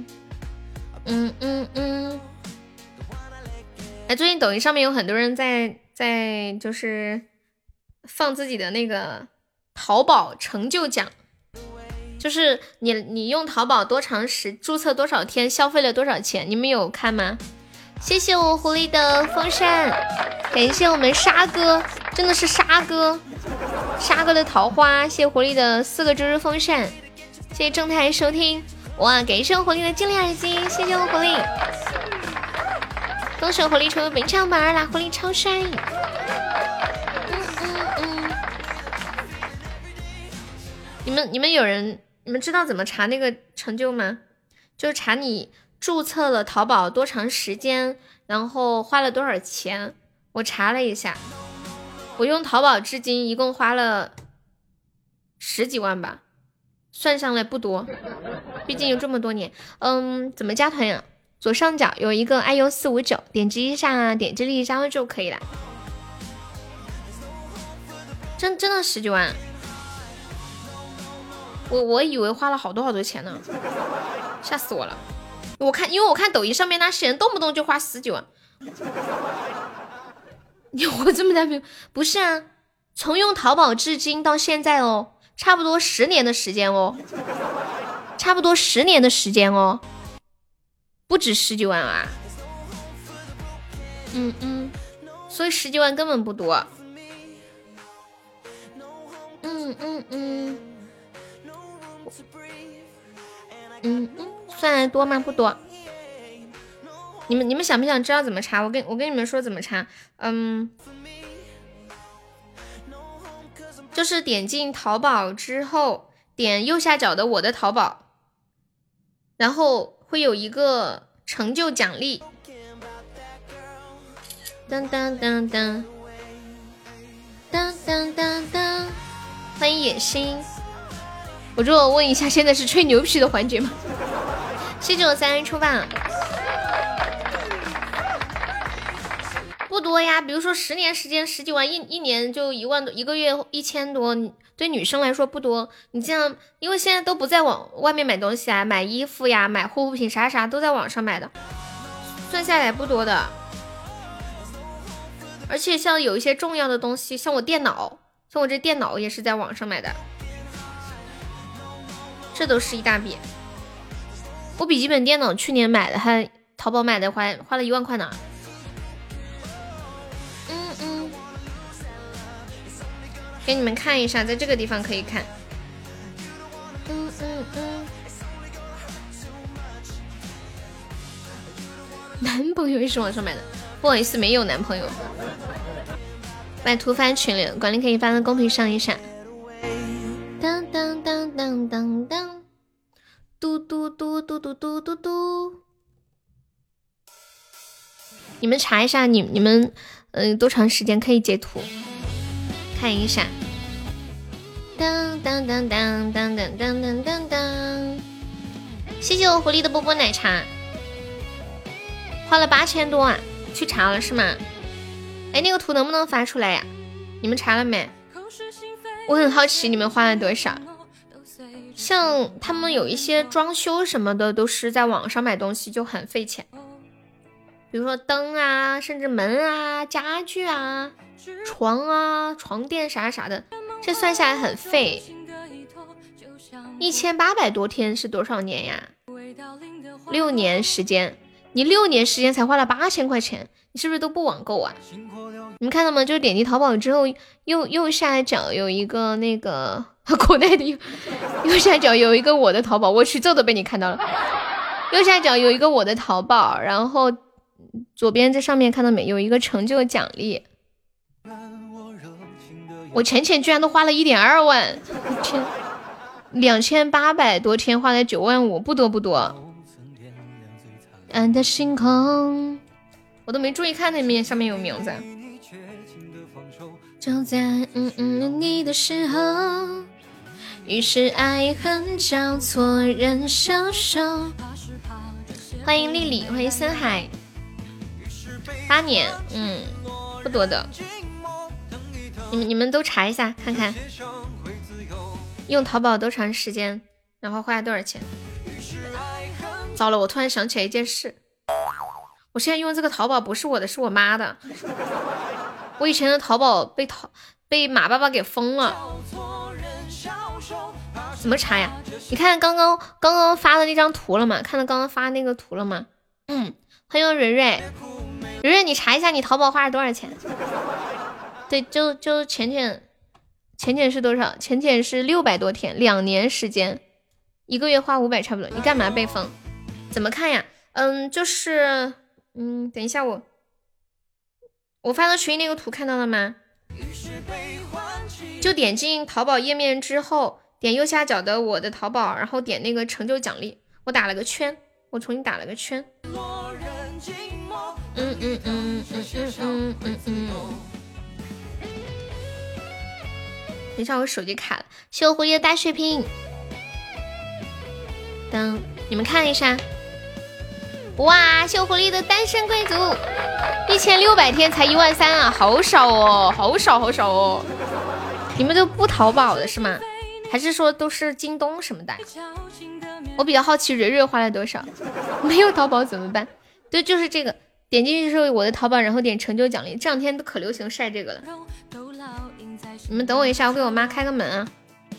哎，最近抖音上面有很多人在就是放自己的那个淘宝成就奖，就是你用淘宝多长时注册多少天消费了多少钱，你们有看吗？谢谢我狐狸的风扇，感谢我们沙哥，真的是沙哥的桃花，谢谢狐狸的4个芝士风扇。谢谢正太收听，哇！感谢我狐狸的精灵耳机，谢谢我狐狸，恭喜我狐狸成为本场榜2啦！狐狸超帅。你们有人你们知道怎么查那个成就吗？就是查你注册了淘宝多长时间，然后花了多少钱。我查了一下，我用淘宝至今一共花了10几万吧。算上来不多，毕竟有这么多年。怎么加团呀？左上角有一个IU459，点击一下，点击立即加入就可以了。真的10几万，我以为花了好多钱呢，吓死我了。因为我看抖音上面那些人动不动就花10几万，我这么大病？不是啊，从用淘宝至今到现在哦。差不多10年的时间哦，差不多10年的时间哦，不止10几万啊。所以10几万根本不多。算来多吗？不多。你们想不想知道怎么查？我跟你们说怎么查。就是点进淘宝之后，点右下角的我的淘宝，然后会有一个成就奖励。当当当当当当当当，欢迎野心。我如果问一下，现在是吹牛皮的环节吗？谢谢我3人出版。不多呀，比如说10年时间10几万，一年就1万多，一个月1000多，对女生来说不多。你这样，因为现在都不在外面买东西啊，买衣服呀，买护肤品啥都在网上买的，算下来不多的。而且像有一些重要的东西，像我电脑，像我这电脑也是在网上买的，这都是一大笔。我笔记本电脑去年买的，还淘宝买的，花了1万块呢。给你们看一下，在这个地方可以看。男朋友也是网上买的，不好意思，没有男朋友。把图发群里，管理可以发到公屏上一下。当当当当当当，嘟嘟嘟嘟嘟嘟嘟嘟。你们查一下，你们多长时间可以截图看一下。当当当当当当当当当当，谢谢我狐狸的波波奶茶，花了8000多啊！ 去查了是吗？哎，那个图能不能发出来呀？你们查了没？我很好奇你们花了多少。像他们有一些装修什么的，都是在网上买东西就很费钱，比如说灯啊，甚至门啊、家具啊、床啊、床垫啥啥的，这算下来很费。1800多天是多少年呀？6年时间，你6年时间才花了8000块钱，你是不是都不网购啊？你们看到吗？就是点击淘宝之后，右下角有一个那个国内的右下角有一个我的淘宝，我去，这都被你看到了。右下角有一个我的淘宝，然后左边这上面看到没？有一个成就奖励。我浅居然都花了1.2万，天，2800多天花了9万5，不多不多。暗的星空，我都没注意看那面上面有名字。就在你的时候，于是爱恨交错，人消瘦。欢迎丽丽，欢迎森海。8年，不多的。你们都查一下看看，用淘宝多长时间，然后花了多少钱？糟了，我突然想起来一件事，我现在用这个淘宝不是我的，是我妈的。我以前的淘宝被马爸爸给封了，怎么查呀？你看刚刚发的那张图了吗？看到刚刚发那个图了吗？欢迎蕊蕊，你查一下你淘宝花了多少钱？对，就浅是多少？浅是600多天，2年时间，1个月花500差不多。你干嘛被封？怎么看呀？就是等一下我发到群那个图看到了吗？就点进淘宝页面之后，点右下角的我的淘宝，然后点那个成就奖励，我打了个圈，我重新打了个圈。等一下，我手机卡了。谢我蝴蝶大血瓶，等你们看一下。哇，谢我狐狸的单身贵族，1600天才13000啊，好少哦，好少哦。你们都不淘宝的是吗？还是说都是京东什么的？我比较好奇蕊蕊花了多少，没有淘宝怎么办？对，就是这个，点进去之后我的淘宝，然后点成就奖励，这两天都可流行晒这个了。你们等我一下，我给我妈开个门啊。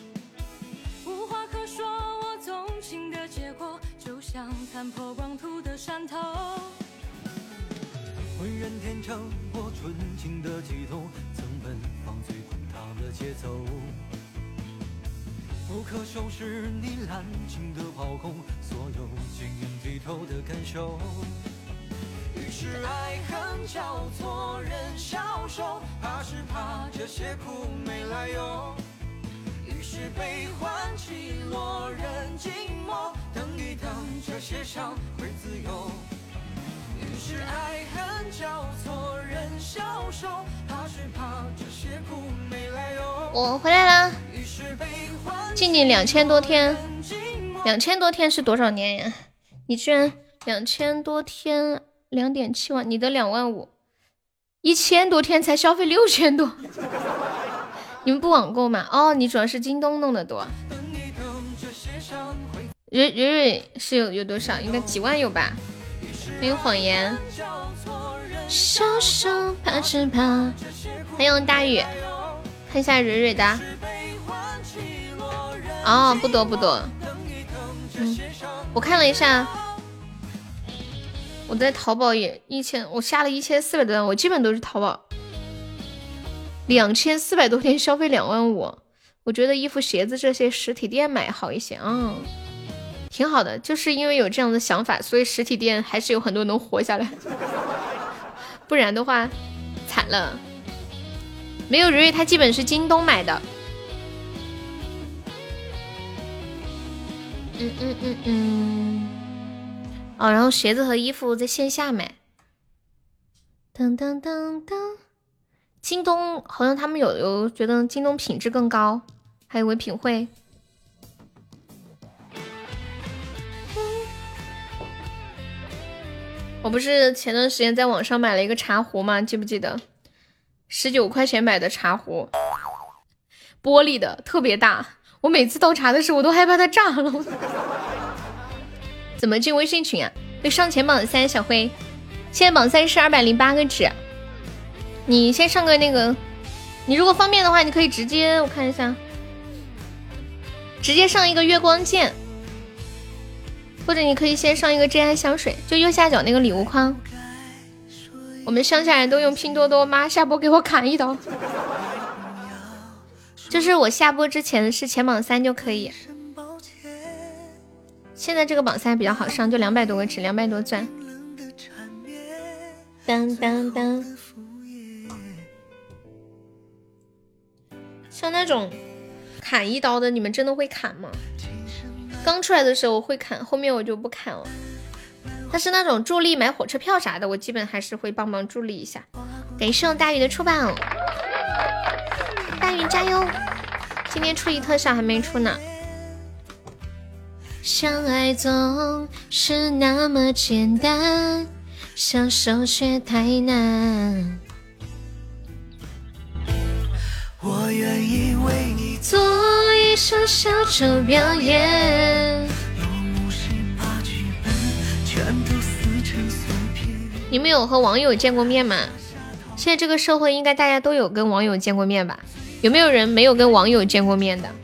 浑然天成，我纯情的悸动，曾奔放最滚烫的节奏，不可收拾你滥情的炮轰，所有晶莹剔透的感受。于是爱恨交错，人消瘦，怕是怕这些苦没来由。于是悲欢起落，人静默，等一等，这些伤会自由。于是爱恨交错，人消瘦，怕是怕这些苦没来由。我回来了，静静2000多天，2000多天是多少年呀？你居然2000多天2.7万，你的2万5，1000多天才消费6000多。你们不网购吗？哦，你主要是京东弄的多。蕊蕊是有多少？应该几万有吧？没有谎言。小手怕是怕。还有大雨，看一下蕊蕊的。哦，不多不多。我看了一下，我在淘宝也1000，我下了1400多万，我基本都是淘宝。2400多天消费2万5，我觉得衣服鞋子这些实体店买好一些，挺好的。就是因为有这样的想法，所以实体店还是有很多能活下来，不然的话惨了。没有蕊蕊，他基本是京东买的。然后鞋子和衣服在线下买。噔噔噔噔。京东好像他们有觉得京东品质更高，还有唯品会。 我不是前段时间在网上买了一个茶壶吗？记不记得？19块钱买的茶壶，玻璃的，特别大。我每次倒茶的时候，我都害怕它炸了。怎么进微信群啊？对，上前榜3，小辉，现在榜3是208个纸。你先上个那个，你如果方便的话，你可以直接，我看一下，直接上一个月光剑，或者你可以先上一个真爱香水，就右下角那个礼物框。我们乡下人都用拼多多，妈下播给我砍一刀。就是我下播之前是前榜3就可以。现在这个榜3比较好上，就200多个纸，200多钻。当当当。像那种砍一刀的，你们真的会砍吗？刚出来的时候我会砍，后面我就不砍了。但是那种助力买火车票啥的，我基本还是会帮忙助力一下。感谢我大鱼的出榜，大鱼加油！今天初一特效还没出呢。相爱总是那么简单，享受却太难。我愿意为你做一首小丑表演。你们有和网友见过面吗？现在这个社会应该大家都有跟网友见过面吧？有没有人没有跟网友见过面的？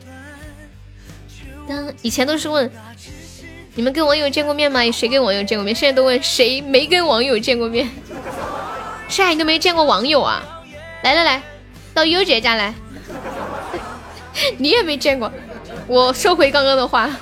以前都是问你们跟网友见过面吗？谁跟网友见过面？现在都问谁没跟网友见过面？谁你都没见过网友啊？来，到优姐家来。你也没见过，我收回刚刚的话。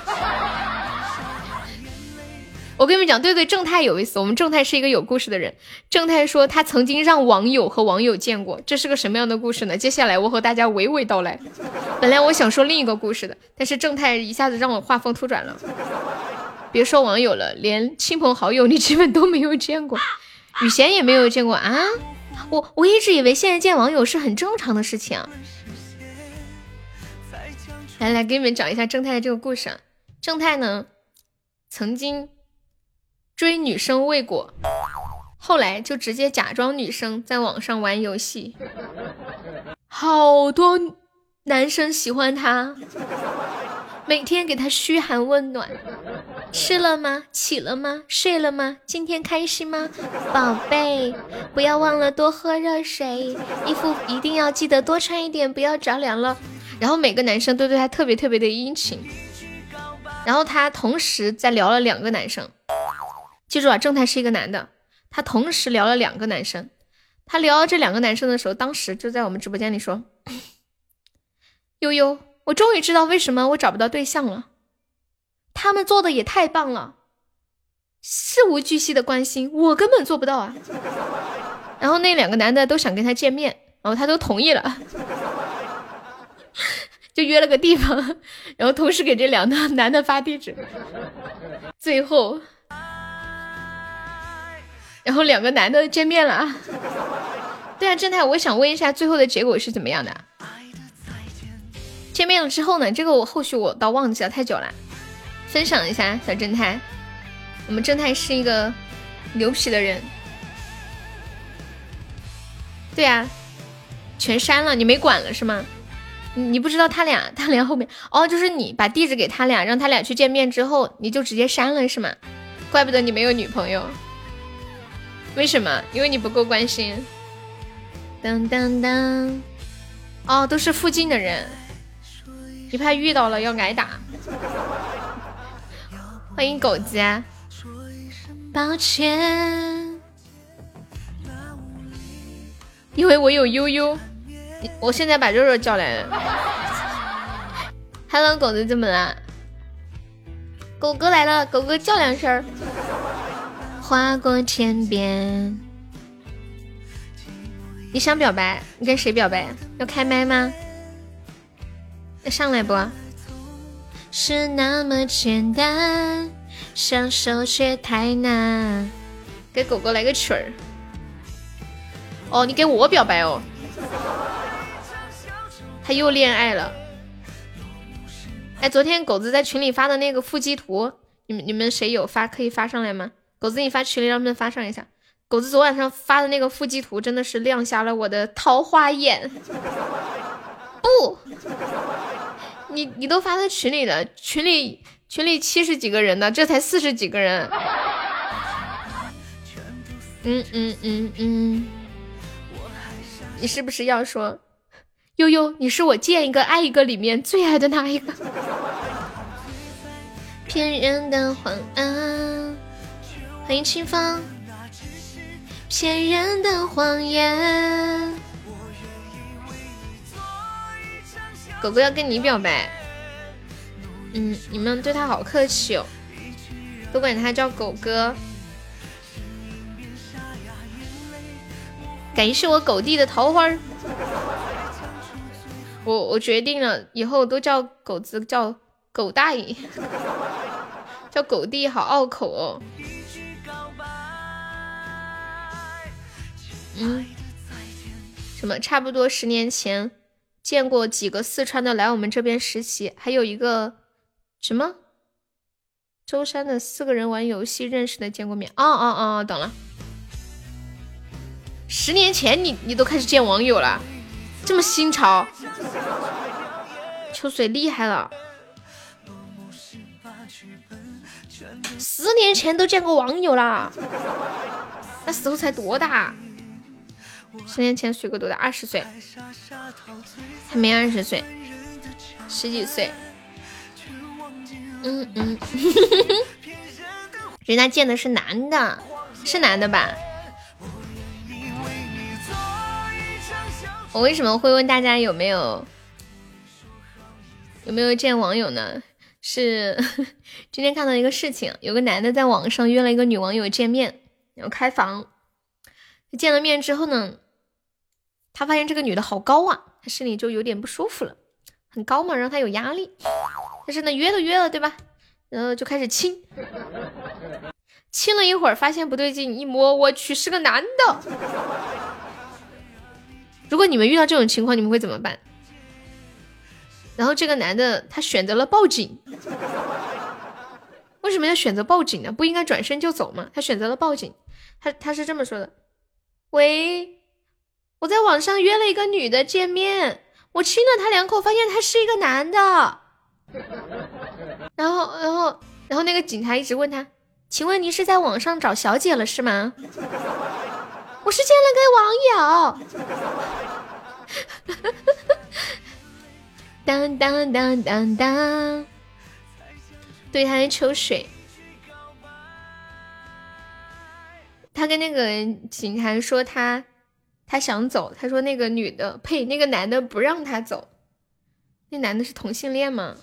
我跟你们讲，对，正太有意思，我们正太是一个有故事的人。正太说他曾经让网友和网友见过，这是个什么样的故事呢？接下来我和大家娓娓道来。本来我想说另一个故事的，但是正太一下子让我画风突转了。别说网友了，连亲朋好友你基本都没有见过，雨贤也没有见过啊。我一直以为现在见网友是很正常的事情啊。来给你们讲一下正太的这个故事啊。正太呢曾经追女生未果，后来就直接假装女生在网上玩游戏，好多男生喜欢他，每天给他嘘寒问暖。吃了吗？起了吗？睡了吗？今天开心吗？宝贝，不要忘了多喝热水，衣服一定要记得多穿一点，不要着凉了。然后每个男生都对他特别特别的殷勤，然后他同时在聊了2个男生。记住啊，正太是一个男的，他同时聊了2个男生。他聊这2个男生的时候，当时就在我们直播间里说，悠悠，我终于知道为什么我找不到对象了，他们做的也太棒了，事无巨细的关心，我根本做不到啊。然后那2个男的都想跟他见面，然后他都同意了，就约了个地方，然后同时给这2个男的发地址。最后然后2个男的见面了。对啊，正太，我想问一下最后的结果是怎么样的？见面了之后呢，这个我后续我倒忘记了，太久了。分享一下小正太，我们正太是一个牛皮的人。对啊，全删了，你没管了是吗？你不知道他俩后面哦，就是你把地址给他俩，让他俩去见面之后，你就直接删了是吗？怪不得你没有女朋友。为什么？因为你不够关心。当当当，哦，都是附近的人，你怕遇到了要挨打。欢迎狗子啊！抱歉，因为我有悠悠，我现在把肉肉叫来了。Hello， 狗子怎么了？狗哥来了，狗哥叫2声。划过天边，你想表白？你跟谁表白？要开麦吗？要上来不？是那么简单，享受却太难。给狗狗来个曲儿。哦，你给我表白哦。他又恋爱了。哎，昨天狗子在群里发的那个腹肌图，你们谁有发可以发上来吗？ 狗子，你发群里让他们发上一下。狗子昨晚上发的那个腹肌图真的是亮瞎了我的桃花眼。不，你都发在群里了，群里70几个人呢，这才40几个人。你是不是要说悠悠你是我见一个爱一个里面最爱的那一个？骗人的谎言，欢迎清风。骗人的谎言，狗狗要跟你表白。你们对他好客气哦，都管他叫狗哥。感谢我狗弟的桃花。我决定了，以后都叫狗子叫狗大爷，叫狗弟好拗口哦。什么？差不多10年前见过几个四川的来我们这边实习，还有一个什么舟山的4个人玩游戏认识的，见过面。懂了。10年前你都开始见网友了，这么新潮。秋水厉害了，10年前都见过网友啦，那时候才多大？10年前水哥多大？20岁，还没20岁，10几岁。人家见的是男的，是男的吧？我为什么会问大家有没有见网友呢？是今天看到一个事情，有个男的在网上约了一个女网友见面，然后开房。见了面之后呢，他发现这个女的好高啊，他心里就有点不舒服了。很高嘛，让他有压力。但是呢，约都约了，对吧？然后就开始亲了一会儿，发现不对劲，一摸，我去，是个男的。如果你们遇到这种情况，你们会怎么办？然后这个男的他选择了报警。为什么要选择报警呢？不应该转身就走吗？他选择了报警。他是这么说的：喂，我在网上约了一个女的见面，我亲了她2口，发现她是一个男的。然后那个警察一直问他：请问你是在网上找小姐了是吗？我是见了个网友。当当当当当，对，他在抽水。他跟那个警察说他想走，他说那个女的呸，那个男的不让他走。那男的是同性恋吗？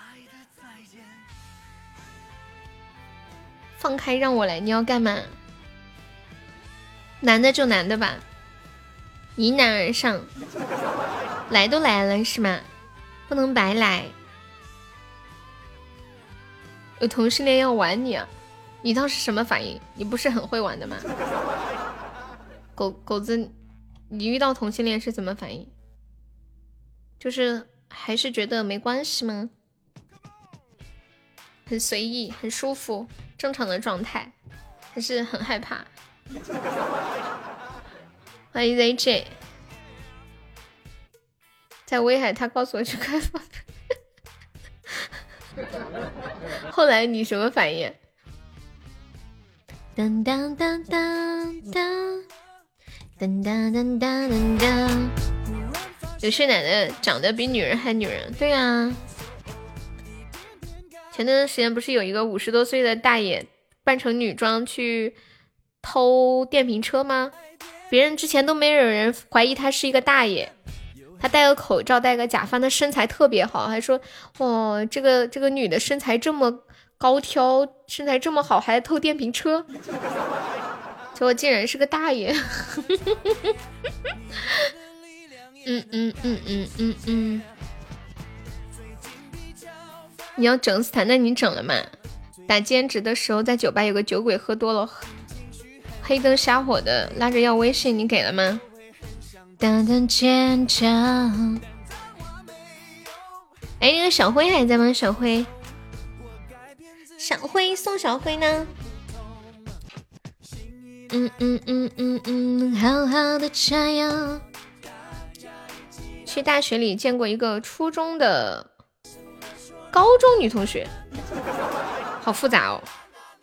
放开让我来，你要干嘛？男的就男的吧，迎难而上，来都来了是吗？不能白来。有同性恋要玩你啊，你当时什么反应？你不是很会玩的吗？狗子，你遇到同性恋是怎么反应？就是还是觉得没关系吗？很随意，很舒服，正常的状态，还是很害怕？欢迎 ZJ， 在威海他告诉我去开房。后来你什么反应？当当当当当当当当当当，有些男的长得比女人还女人。对啊，前段时间不是有一个50多岁的大爷扮成女装去偷电瓶车吗？别人之前都没有人怀疑他是一个大爷，他戴个口罩，戴个假发，那身材特别好，还说哇，这个女的身材这么高挑，身材这么好，还偷电瓶车，结果竟然是个大爷。你要整死他，那你整了吗？打兼职的时候在酒吧有个酒鬼喝多了，黑灯瞎火的拉着要微信，你给了吗？当当坚强。哎，那个小辉还在吗？小辉送小辉呢？ 好好的加油。 去大学里见过一个初中的高中女同学，好复杂哦。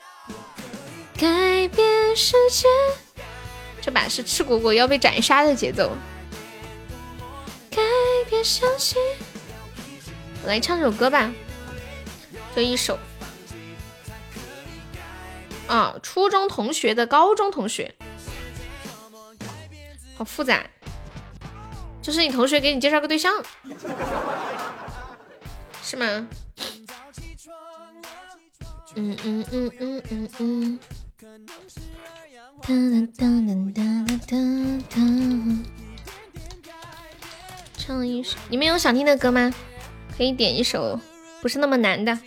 改变世界， 这把是吃果果要被斩杀的节奏。 改变消息。 我来唱首歌吧，就一首。啊，初中同学的高中同学，好复杂。就是你同学给你介绍个对象，是吗？唱一首，你们有想听的歌吗？可以点一首不是那么难的。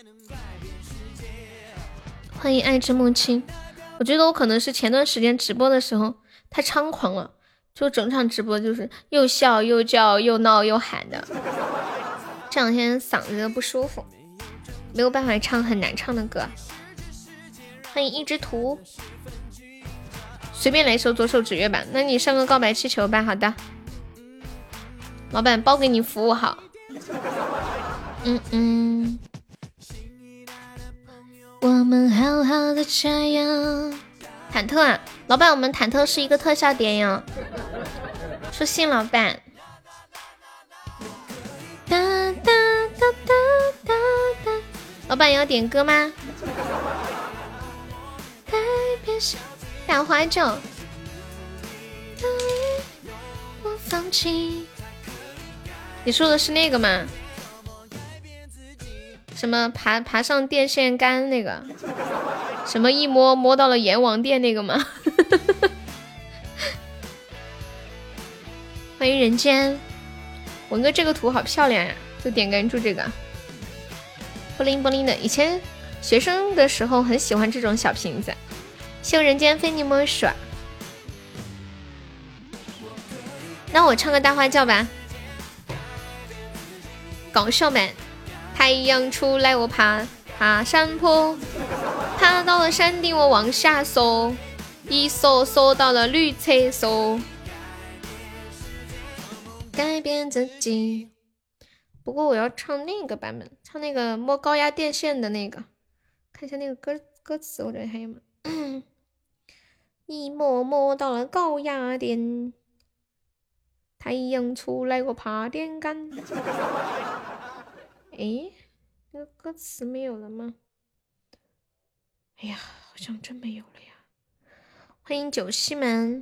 欢迎爱之木青，我觉得我可能是前段时间直播的时候太猖狂了，就整场直播就是又笑又叫又闹又喊的，这两天嗓子都不舒服，没有办法唱很难唱的歌。欢迎一只图，随便来一首左手指月吧，那你上个告白气球吧。好的，老板包给你服务好。 我们好好的加油。 忐忑啊，老板，我们忐忑是一个特效点哟。说信老板。 哒哒哒哒哒哒。 老板要点歌吗？ 改变小大花轿。 不放弃。 你说的是那个吗？什么爬上电线杆那个，什么一摸到了阎王殿那个吗？欢迎人间，文哥这个图好漂亮呀，就点关注这个，布灵布灵的。以前学生的时候很喜欢这种小瓶子。谢人间非你莫属。那我唱个大花轿吧，搞笑版。太阳出来我爬山坡，爬到了山顶我往下搜，一搜到了绿厕所，改变自己。不过我要唱那个版本，唱那个摸高压电线的那个，看一下那个歌词我这里还有吗？一摸到了高压电，太阳出来我爬电杆。诶，那个歌词没有了吗？哎呀，好像真没有了呀。欢迎九西门，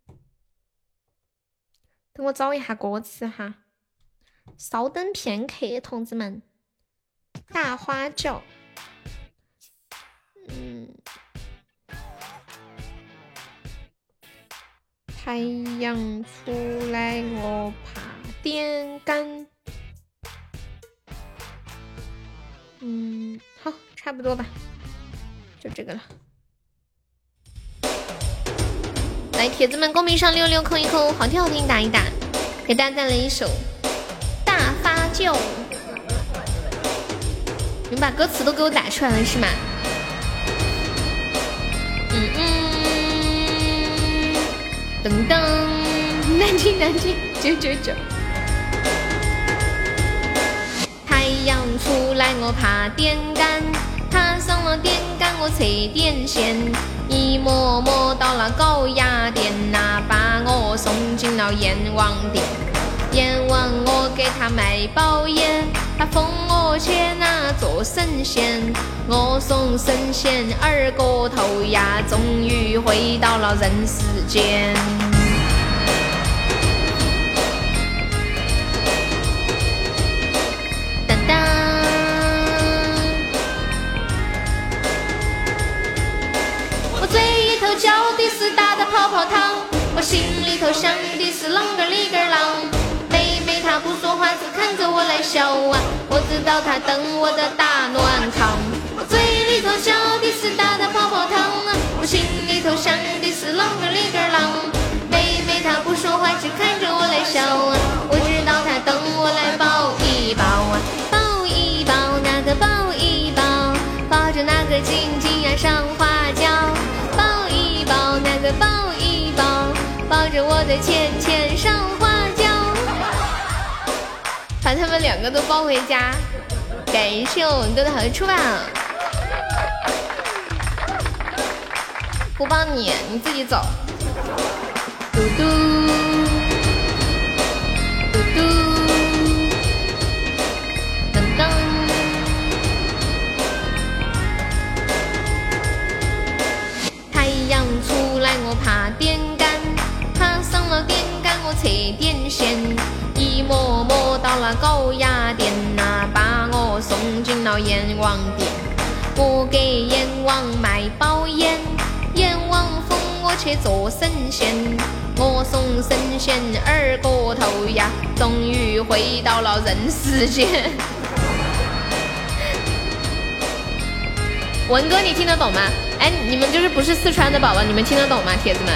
等我找一下歌词哈，稍等片刻，同志们。大花轿，太阳出来我爬电杆。好，差不多吧，就这个了。来，铁子们，公屏上66扣一扣，好听好听打一打，给大家带来一首《大发舅》。你们把歌词都给我打出来了是吗？噔噔，南京999。太阳出来我爬电杆，爬上了电杆我扯电线，一摸到了高压电啊，把我送进了阎王殿。阎王我给他卖包烟，他封我钱啊做神仙，我送神仙二个头呀，终于回到了人世间。叫的是大大泡泡糖，我心里头想的是啷个里个啷。妹妹她不说话，只看着我来笑啊，我知道她等我的大暖床。我嘴里头叫的是大大泡泡糖啊，我心里头想的是啷个里个啷。妹妹她不说话，只看着我来笑啊，我知道她等我来抱一抱啊，抱一抱那个抱一抱，抱着那个紧紧呀上花轿。抱一抱那个抱一抱，抱着我的浅浅上花轿，把他们2个都抱回家。感谢我们多的好的出宝，不帮你，你自己走。嘟嘟嘟嘟，噔噔。太阳出来我爬电杆，爬上了电杆我扯电线，一摸摸到了高压电呐，把我送进了阎王殿。我给阎王卖包烟，阎王封我去做神仙，我送神仙2个头呀，终于回到了人世间。文哥你听得懂吗？哎，你们就是不是四川的宝宝，你们听得懂吗？铁子们，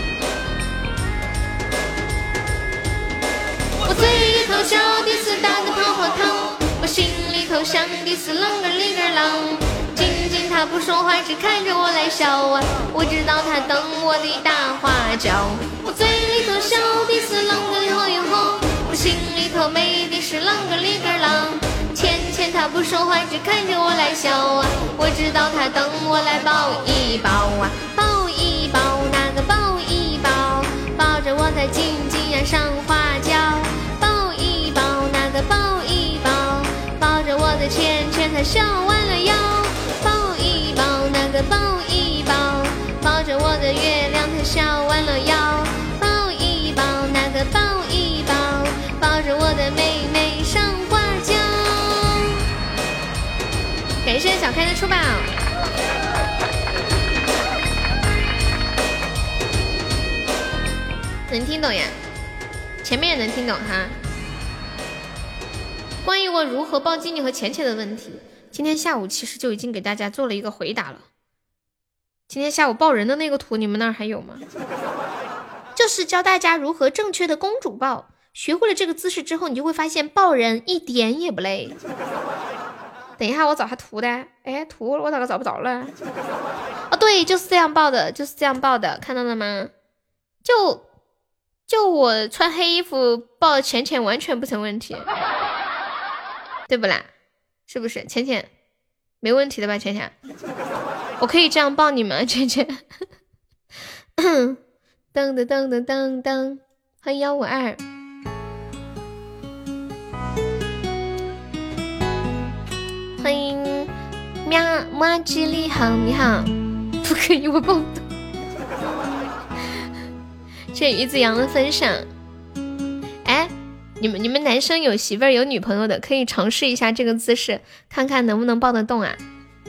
我嘴里头笑的是大个泡泡糖，我心里头想的是啷个里个啷。静静他不说话，只看着我来笑啊，我知道他等我的大花轿。我嘴里头笑的是啷个里吼一吼，我心里头美的是啷个里个啷。浅浅他不说话，只看着我来笑啊，我知道他等我来抱一抱啊，抱一抱那个抱一抱，抱着我的静静呀上花轿，抱一抱那个抱一抱，抱着我的浅浅他笑弯了腰，抱一抱那个抱一抱，抱着我的月亮他笑弯了腰，抱一抱那个抱一抱，抱着我的妹妹上花轿。感谢小开的出宝，能听懂呀？前面也能听懂哈。关于我如何抱经理和浅浅的问题，今天下午其实就已经给大家做了一个回答了。今天下午抱人的那个图，你们那儿还有吗？就是教大家如何正确的公主抱。学会了这个姿势之后，你就会发现抱人一点也不累。等一下，我找下图的，哎，图我咋个找不着了？哦，对，就是这样抱的，就是这样抱的，看到了吗？就我穿黑衣服抱浅浅完全不成问题，对不啦？是不是？浅浅没问题的吧？浅浅，我可以这样抱你吗？浅浅，噔噔噔噔噔噔，欢迎152。欢迎马吉里好，你好，不可以我抱的。谢于子阳的分享。哎，你们男生有媳妇儿有女朋友的，可以尝试一下这个姿势，看看能不能抱得动啊。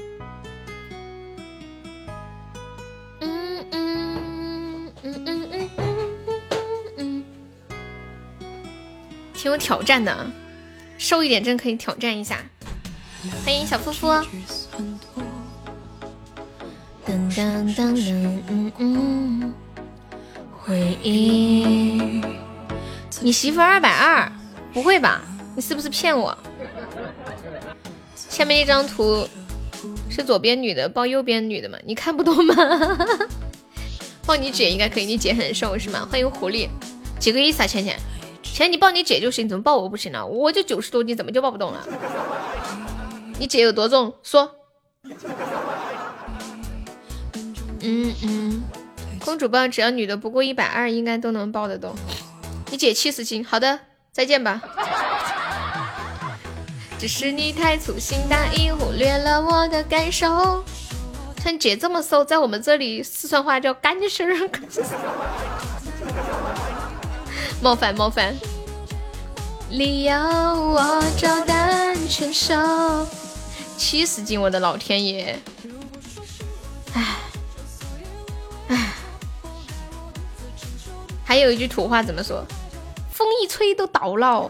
挺有挑战的，瘦一点真可以挑战一下。欢迎小夫妇。噔噔噔噔，回忆。你媳妇220？不会吧？你是不是骗我？下面一张图是左边女的抱右边女的吗？你看不懂吗？抱你姐应该可以，你姐很瘦是吗？欢迎狐狸，几个意思啊？浅浅，你抱你姐就行，怎么抱我不行了？我就90多斤，怎么就抱不动了？你姐有多重？说。公主抱只要女的不过120，应该都能抱得动。你姐70斤，好的，再见吧。只是你太粗心大意，忽略了我的感受。像姐这么瘦，在我们这里四川话叫干事儿。冒犯冒犯。理由我照单全收。70斤，我的老天爷！唉。还有一句土话怎么说？风一吹都倒了，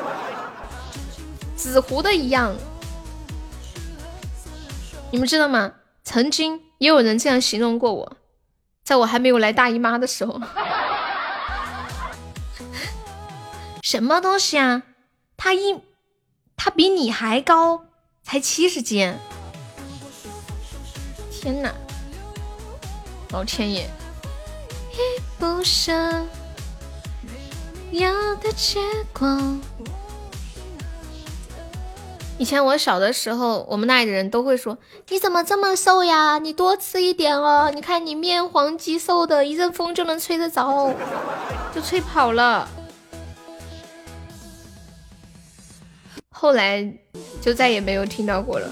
纸糊的一样。你们知道吗？曾经也有人这样形容过我，在我还没有来大姨妈的时候。什么东西啊？他比你还高，才70斤。天哪，老天爷！ 依不舍，要的结果。 以前我小的时候，我们那里的人都会说：“你怎么这么瘦呀？你多吃一点哦！你看你面黄肌瘦的，一阵风就能吹得着，就吹跑了。”后来就再也没有听到过了。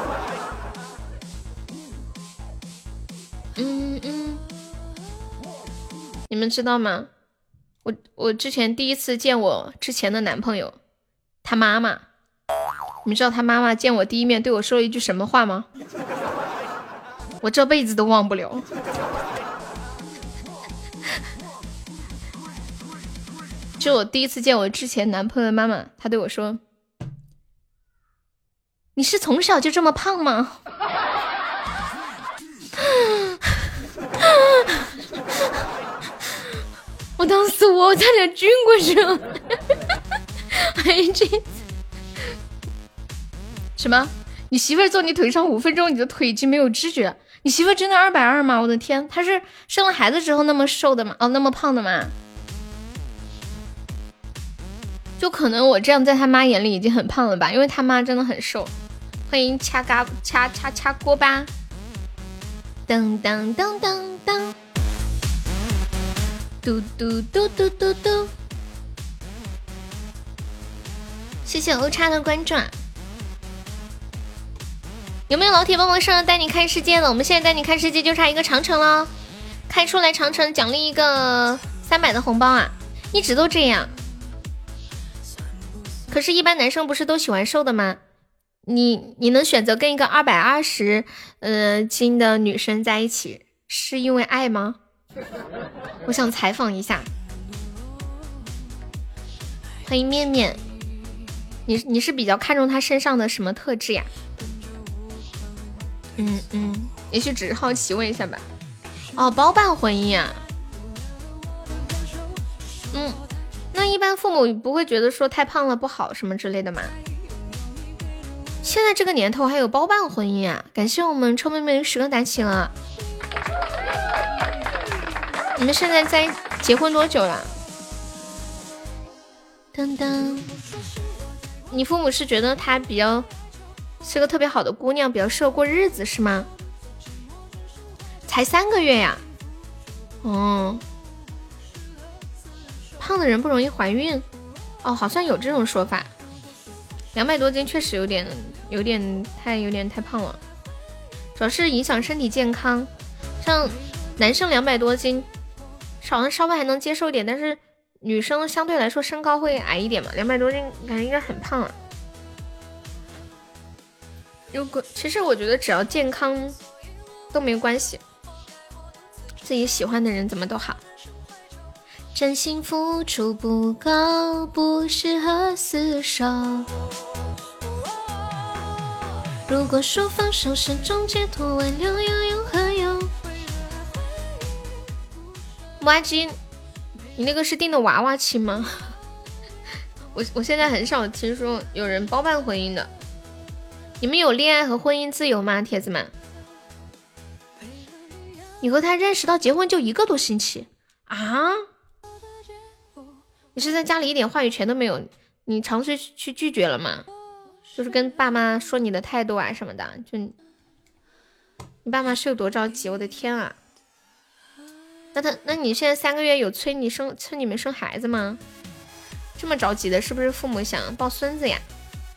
你们知道吗？我之前第一次见我之前的男朋友，他妈妈。你们知道他妈妈见我第一面对我说了一句什么话吗？我这辈子都忘不了。就我第一次见我之前男朋友的妈妈，她对我说：“你是从小就这么胖吗？”我当时我差点晕过去了。哎，这什么？你媳妇儿坐你腿上5分钟，你的腿已经没有知觉？你媳妇儿真的220吗？我的天，她是生了孩子之后那么瘦的吗？哦，那么胖的吗？就可能我这样在他妈眼里已经很胖了吧，因为他妈真的很瘦。欢迎掐锅巴，噔噔噔噔噔，嘟嘟嘟嘟嘟嘟。谢谢欧叉的关注啊！有没有老铁帮忙上带你看世界了？我们现在带你看世界就差一个长城了，开出来长城奖励一个300的红包啊！一直都这样。可是，一般男生不是都喜欢瘦的吗？你能选择跟一个220斤的女生在一起，是因为爱吗？我想采访一下。欢迎面面，你是比较看重她身上的什么特质呀？也许只是好奇问一下吧。哦，包办婚姻啊。那一般父母不会觉得说太胖了不好什么之类的吗？现在这个年头还有包办婚姻啊！感谢我们臭妹妹10个打起了。你们现在在结婚多久了？噔噔，你父母是觉得她比较是个特别好的姑娘，比较适合过日子是吗？才3个月呀。胖的人不容易怀孕哦，好像有这种说法。200多斤确实有点太胖了，主要是影响身体健康。像男生200多斤，好像稍微还能接受一点，但是女生相对来说身高会矮一点嘛，200多斤感觉应该很胖啊。其实我觉得只要健康都没有关系，自己喜欢的人怎么都好。真心付出不够，不适合厮守。如果说放手是种解脱，挽留又有何用？挖机，你那个是订的娃娃亲吗？我现在很少听说有人包办婚姻的。你们有恋爱和婚姻自由吗，铁子们？你和他认识到结婚就1个多星期啊？你是在家里一点话语权都没有？你尝试去拒绝了吗？就是跟爸妈说你的态度啊什么的，就你爸妈是有多着急？我的天啊！那你现在3个月有催你们生孩子吗？这么着急的，是不是父母想抱孙子呀？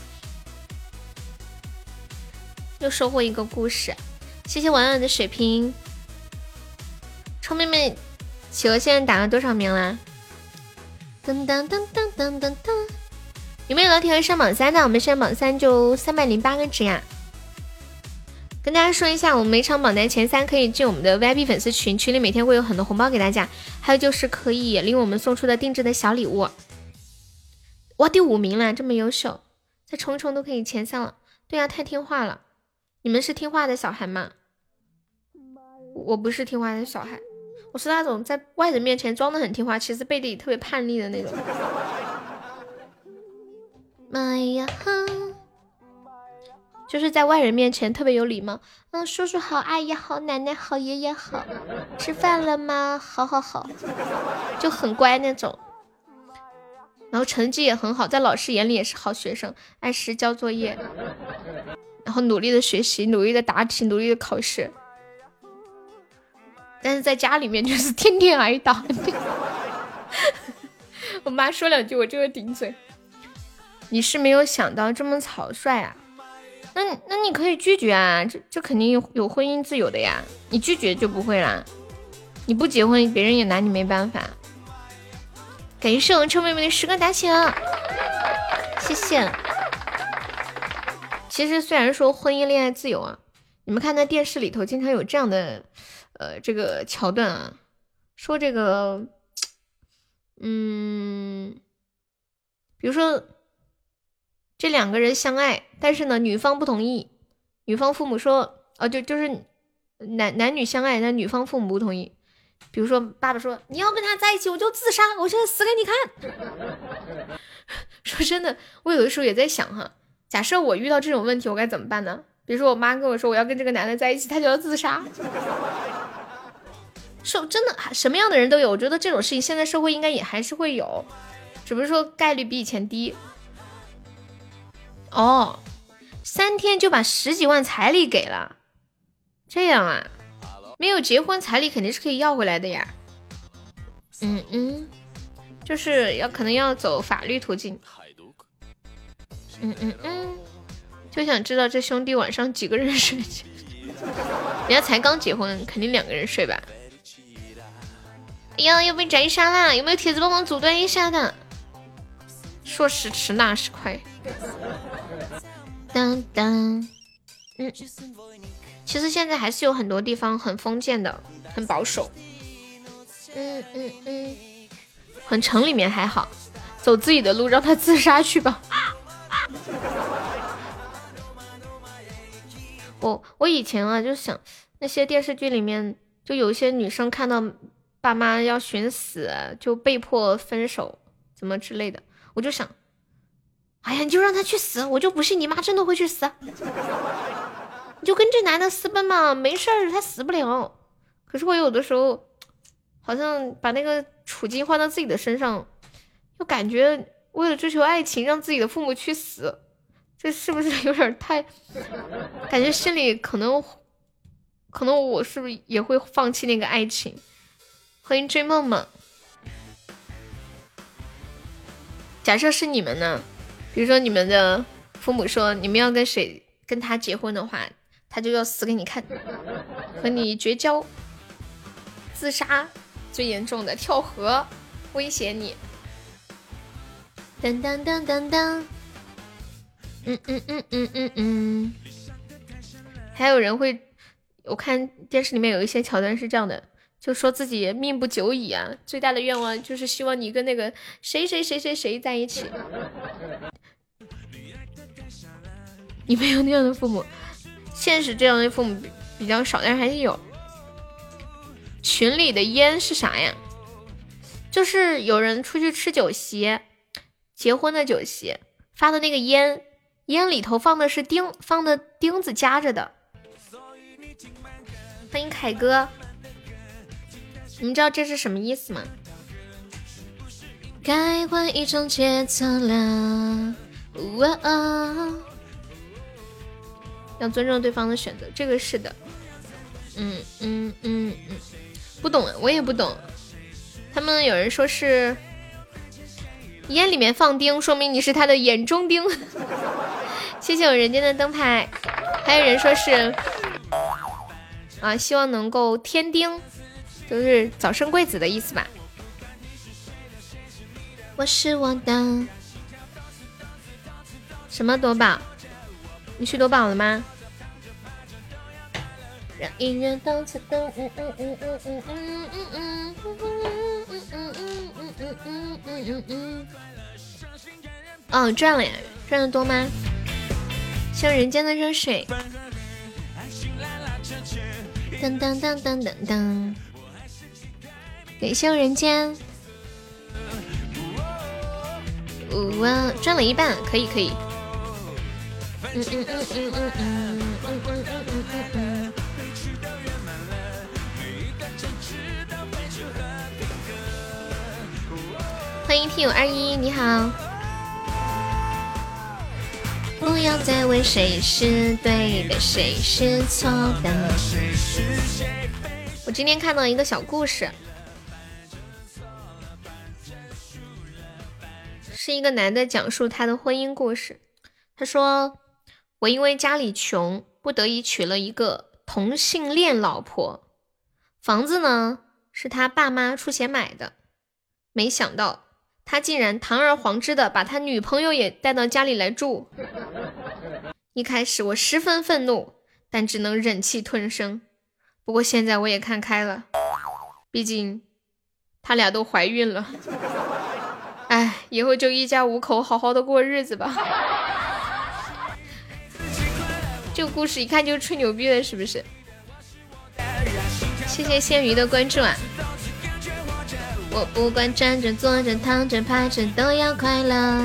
又收获一个故事，谢谢婉婉的水瓶。臭妹妹，企鹅现在打了多少名啦？噔噔噔噔噔噔噔，有没有老铁会上榜3的？我们现在榜3就308个值呀。跟大家说一下，我们每场榜单前3可以进我们的 VIP 粉丝群，群里每天会有很多红包给大家，还有就是可以领我们送出的定制的小礼物。哇，第5名了，这么优秀，再冲一冲都可以前3了。对啊，太听话了。你们是听话的小孩吗？我不是听话的小孩，我是那种在外人面前装的很听话，其实背地里特别叛逆的那种。妈呀， 就是在外人面前特别有礼貌。叔叔好，阿姨好，奶奶好，爷爷好，吃饭了吗？好好好，就很乖那种。然后成绩也很好，在老师眼里也是好学生，按时交作业，然后努力的学习，努力的答题，努力的考试。但是在家里面就是天天挨打。我妈说两句我就会顶嘴。你是没有想到这么草率啊？那你可以拒绝啊，这肯定有婚姻自由的呀，你拒绝就不会啦。你不结婚，别人也拿你没办法。感谢我臭妹妹的10个打起了，谢谢。其实虽然说婚姻恋爱自由啊，你们看在电视里头经常有这样的这个桥段啊，说这个比如说这两个人相爱，但是呢女方不同意，女方父母说就是男女相爱，但女方父母不同意。比如说爸爸说你要跟他在一起我就自杀，我现在死给你看。说真的，我有的时候也在想哈，假设我遇到这种问题我该怎么办呢？比如说我妈跟我说我要跟这个男的在一起，他就要自杀。说真的，什么样的人都有，我觉得这种事情现在社会应该也还是会有，只不过说概率比以前低。哦，3天就把10几万彩礼给了，这样啊？没有结婚彩礼肯定是可以要回来的呀。就是可能要走法律途径。就想知道这兄弟晚上几个人睡？人家才刚结婚，肯定2个人睡吧。哎呀，要被斩杀啦！有没有帖子帮忙阻断一下的？说时迟那时快。当当，其实现在还是有很多地方很封建的，很保守。很城里面还好，走自己的路，让他自杀去吧。我以前啊，就想那些电视剧里面，就有一些女生看到爸妈要寻死，就被迫分手，怎么之类的，我就想，哎呀，你就让他去死，我就不信你妈真的会去死。你就跟这男的私奔嘛，没事儿，他死不了。可是我有的时候好像把那个处境换到自己的身上，又感觉为了追求爱情让自己的父母去死，这是不是有点太，感觉心里可能我是不是也会放弃那个爱情。欢迎追梦梦。假设是你们呢，比如说你们的父母说你们要跟他结婚的话，他就要死给你看，和你绝交、自杀，最严重的跳河，威胁你。当当当当当。还有人会，我看电视里面有一些桥段是这样的，就说自己命不久矣啊，最大的愿望就是希望你跟那个谁在一起。你没有那样的父母，现实这样的父母比较少，但是还是有。群里的烟是啥呀？就是有人出去吃酒席，结婚的酒席发的那个烟里头放的是钉子夹着的。欢迎凯哥，你们知道这是什么意思吗？该换一种节奏了，要尊重对方的选择，这个是的。不懂，我也不懂。他们有人说是烟里面放钉，说明你是他的眼中钉。谢谢我人间的灯牌。还有人说是希望能够添丁，就是早生贵子的意思吧。我是我的什么夺宝？你去夺宝了吗？让音乐动次动，赚了呀，赚的多吗？像人间的热水，当当当当当当，感谢人间，赚了一半，可以。 欢迎听友21，你好。不要再问谁是对的，谁是错的。我今天看到一个小故事，是一个男的讲述他的婚姻故事。他说，我因为家里穷，不得已娶了一个同性恋老婆，房子呢是他爸妈出钱买的，没想到他竟然堂而皇之的把他女朋友也带到家里来住。一开始我十分愤怒，但只能忍气吞声。不过现在我也看开了，毕竟他俩都怀孕了。哎，以后就一家五口好好的过日子吧。这个故事一看就是吹牛逼的，是不是？谢谢鲜鱼的关注啊！我不管站着坐着躺着趴着都要快乐，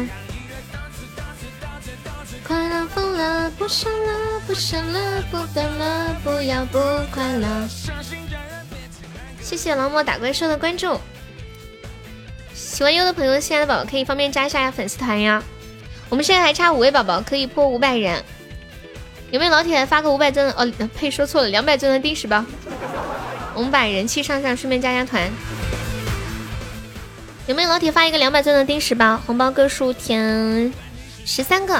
快乐疯了不想了不想了不等了，不要不快乐。谢谢劳模打怪兽的关注。喜欢优的朋友，亲爱的宝宝可以方便加一下粉丝团呀。我们现在还差5位宝宝，可以破500人。有没有老铁发个500钻的呸，说错了，200钻的定时包，我们把人气上上，顺便加团。有没有老铁发一个200钻的定时包？红包个数填13个。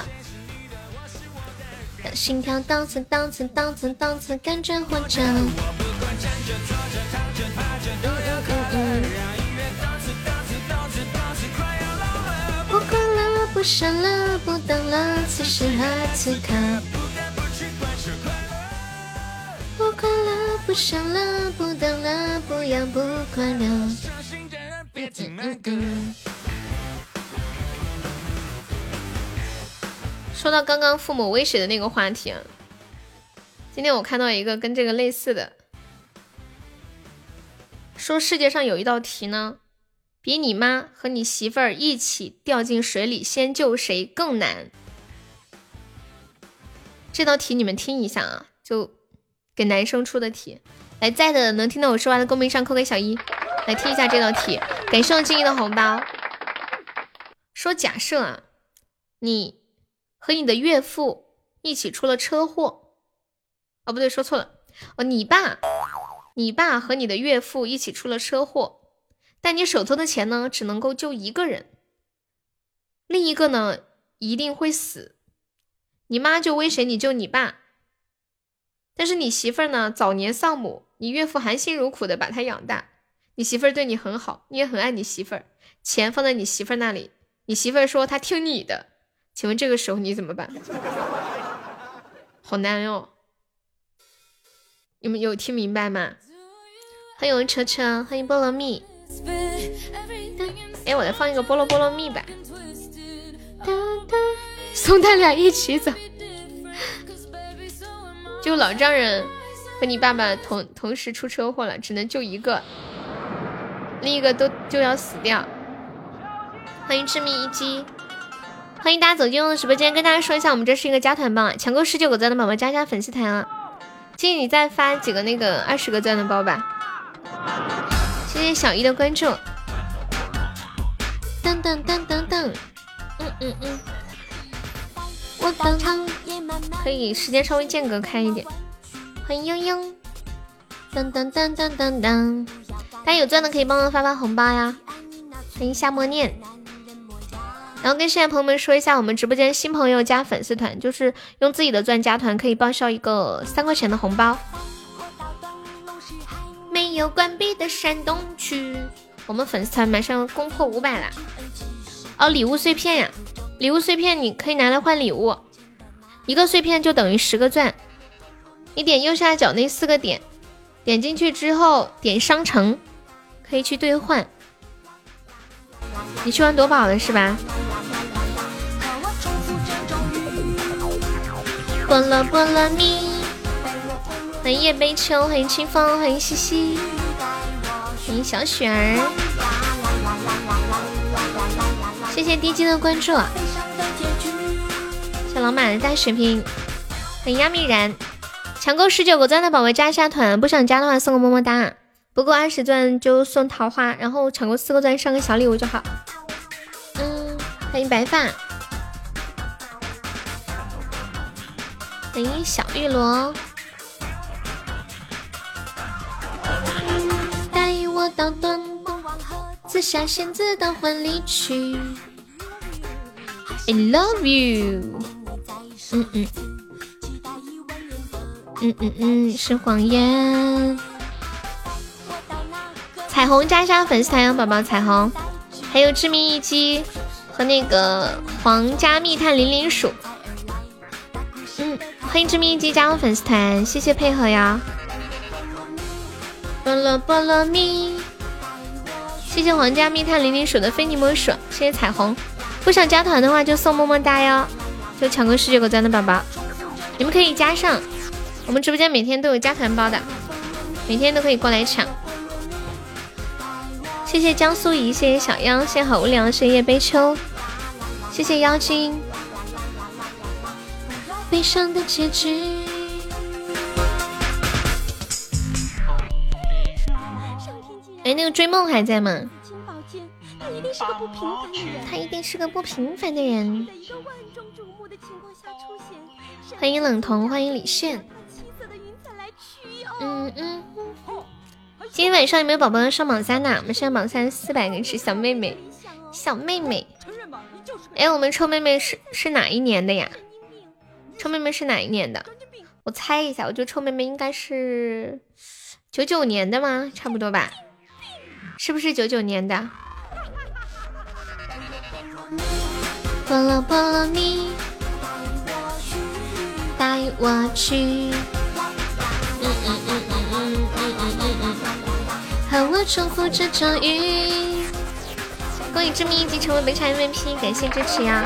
让心跳当次当次当次当次，感觉活着。不快乐，不想了，不等了，此时和此刻。不快乐，不想了，不等了，不要不快乐。说到刚刚父母威胁的那个话题啊，今天我看到一个跟这个类似的，说世界上有一道题呢，比你妈和你媳妇儿一起掉进水里先救谁更难。这道题你们听一下啊，就给男生出的题。来，在的能听到我说话的公屏上扣个小一，来听一下这道题。感谢我静怡的红包。说假设啊，你和你的岳父一起出了车祸，哦不对，说错了，哦你爸和你的岳父一起出了车祸，但你手头的钱呢只能够救一个人，另一个呢一定会死。你妈就威胁你救你爸，但是你媳妇儿呢早年丧母，你岳父含辛茹苦的把她养大，你媳妇儿对你很好，你也很爱你媳妇儿，钱放在你媳妇儿那里，你媳妇儿说她听你的，请问这个时候你怎么办？好难哦，你们有听明白吗？欢迎车车，欢迎菠萝蜜。哎，我来放一个菠萝菠萝蜜吧，送他俩一起走。就老丈人和你爸爸同时出车祸了，只能救一个，另一个就要死掉。欢迎致命一击，欢迎大家走进我的直播间，跟大家说一下，我们这是一个加团包啊，抢够19个钻的宝宝加加粉丝团啊。建议你再发几个那个20个钻的包吧。谢谢小一的关注。噔噔噔噔噔，我等可以时间稍微间隔开一点。欢迎悠悠，噔噔噔噔噔噔，大家有钻的可以帮忙发发红包呀。欢迎夏默念。然后跟现在朋友们说一下，我们直播间新朋友加粉丝团，就是用自己的钻加团可以报销一个3块钱的红包。没有关闭的山东区，我们粉丝团马上攻破500啦。哦，礼物碎片呀，礼物碎片你可以拿来换礼物，一个碎片就等于10个钻。你点右下角那4个点，点进去之后点商城，可以去兑换。你去玩夺宝了是吧？菠萝菠萝蜜，欢迎夜悲秋，欢迎清风，欢迎西西，欢迎小雪儿，谢谢低金的关注。小谢老马的大血瓶，欢迎亚米然。抢够19个钻的宝贝加一下团，不想加的话送个么么哒，不够20钻就送桃花，然后抢够4个钻上个小礼物就好。欢迎白发，欢迎小玉罗。带我到端东，紫霞仙子的婚礼去。I love you。是谎言。彩虹加一下粉丝团，宝宝彩虹，还有致命一击和那个皇家密探零零鼠。欢迎致命一击加入粉丝团，谢谢配合呀。菠萝菠萝蜜，谢谢皇家密探零零鼠的非你莫属，谢谢彩虹。不想加团的话就送么么哒哟，就抢够19个钻的宝宝，你们可以加上，我们直播间每天都有加团包的，每天都可以过来抢。谢谢江苏怡，谢谢小妖，谢谢好无聊，谢谢叶悲秋，谢谢妖精。悲伤的结局。哎，那个追梦还在吗？他一定是个不平凡的人。欢迎冷彤，欢迎李炫。今天晚上有没有宝宝要上榜3呢？我们现在榜3 400个是小妹妹，小妹妹。哎，我们臭妹妹是哪一年的呀？臭妹妹是哪一年的？我猜一下，我觉得臭妹妹应该是99年的吗？差不多吧，是不是99年的？菠萝菠萝蜜，带我去。和我重复这咒语。恭喜致命一击成为本场 MVP， 感谢支持呀！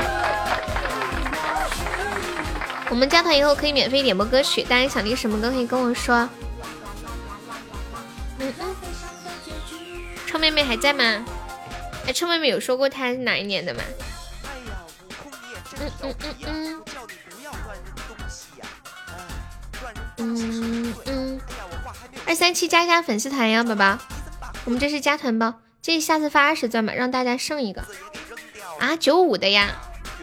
我们加团以后可以免费点播歌曲，大家想听什么歌可以跟我说。臭妹妹还在吗？哎，臭妹妹有说过她是哪一年的吗？237加一下粉丝团呀，宝宝，我们这是加团包，建议下次发20钻吧，让大家剩一个啊，95的呀，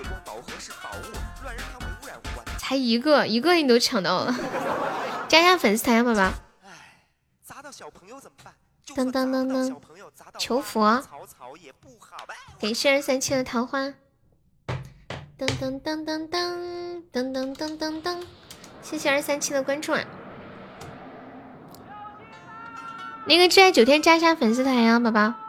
才一个你都抢到了，加一下粉丝团呀，宝宝。噔噔噔噔，求佛，给237的桃花，噔噔噔噔噔噔噔噔噔噔，谢谢237的关注啊。那个挚爱9天加一下粉丝团呀，宝宝。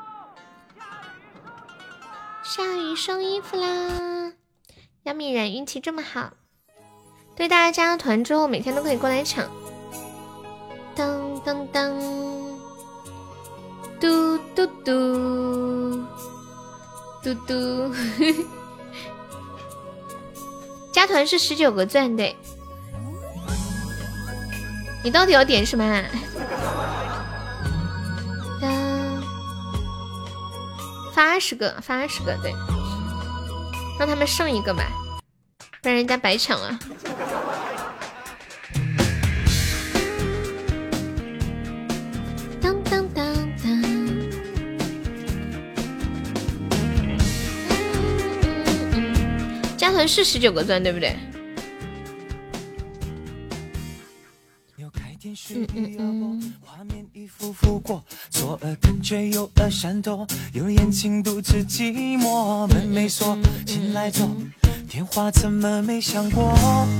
下雨收衣服啦！杨米然运气这么好，对大家加了团之后，每天都可以过来抢。噔噔噔，嘟嘟嘟，嘟嘟。加团是19个钻，对。你到底要点什么啊？发20个，对，让他们剩一个吧，不然人家白抢了。当当当当，加团是19个钻，对不对？ 画面一幅幅过，左耳感觉右耳闪躲，有眼睛独自寂寞。门没锁，进来坐，电话怎么没响过？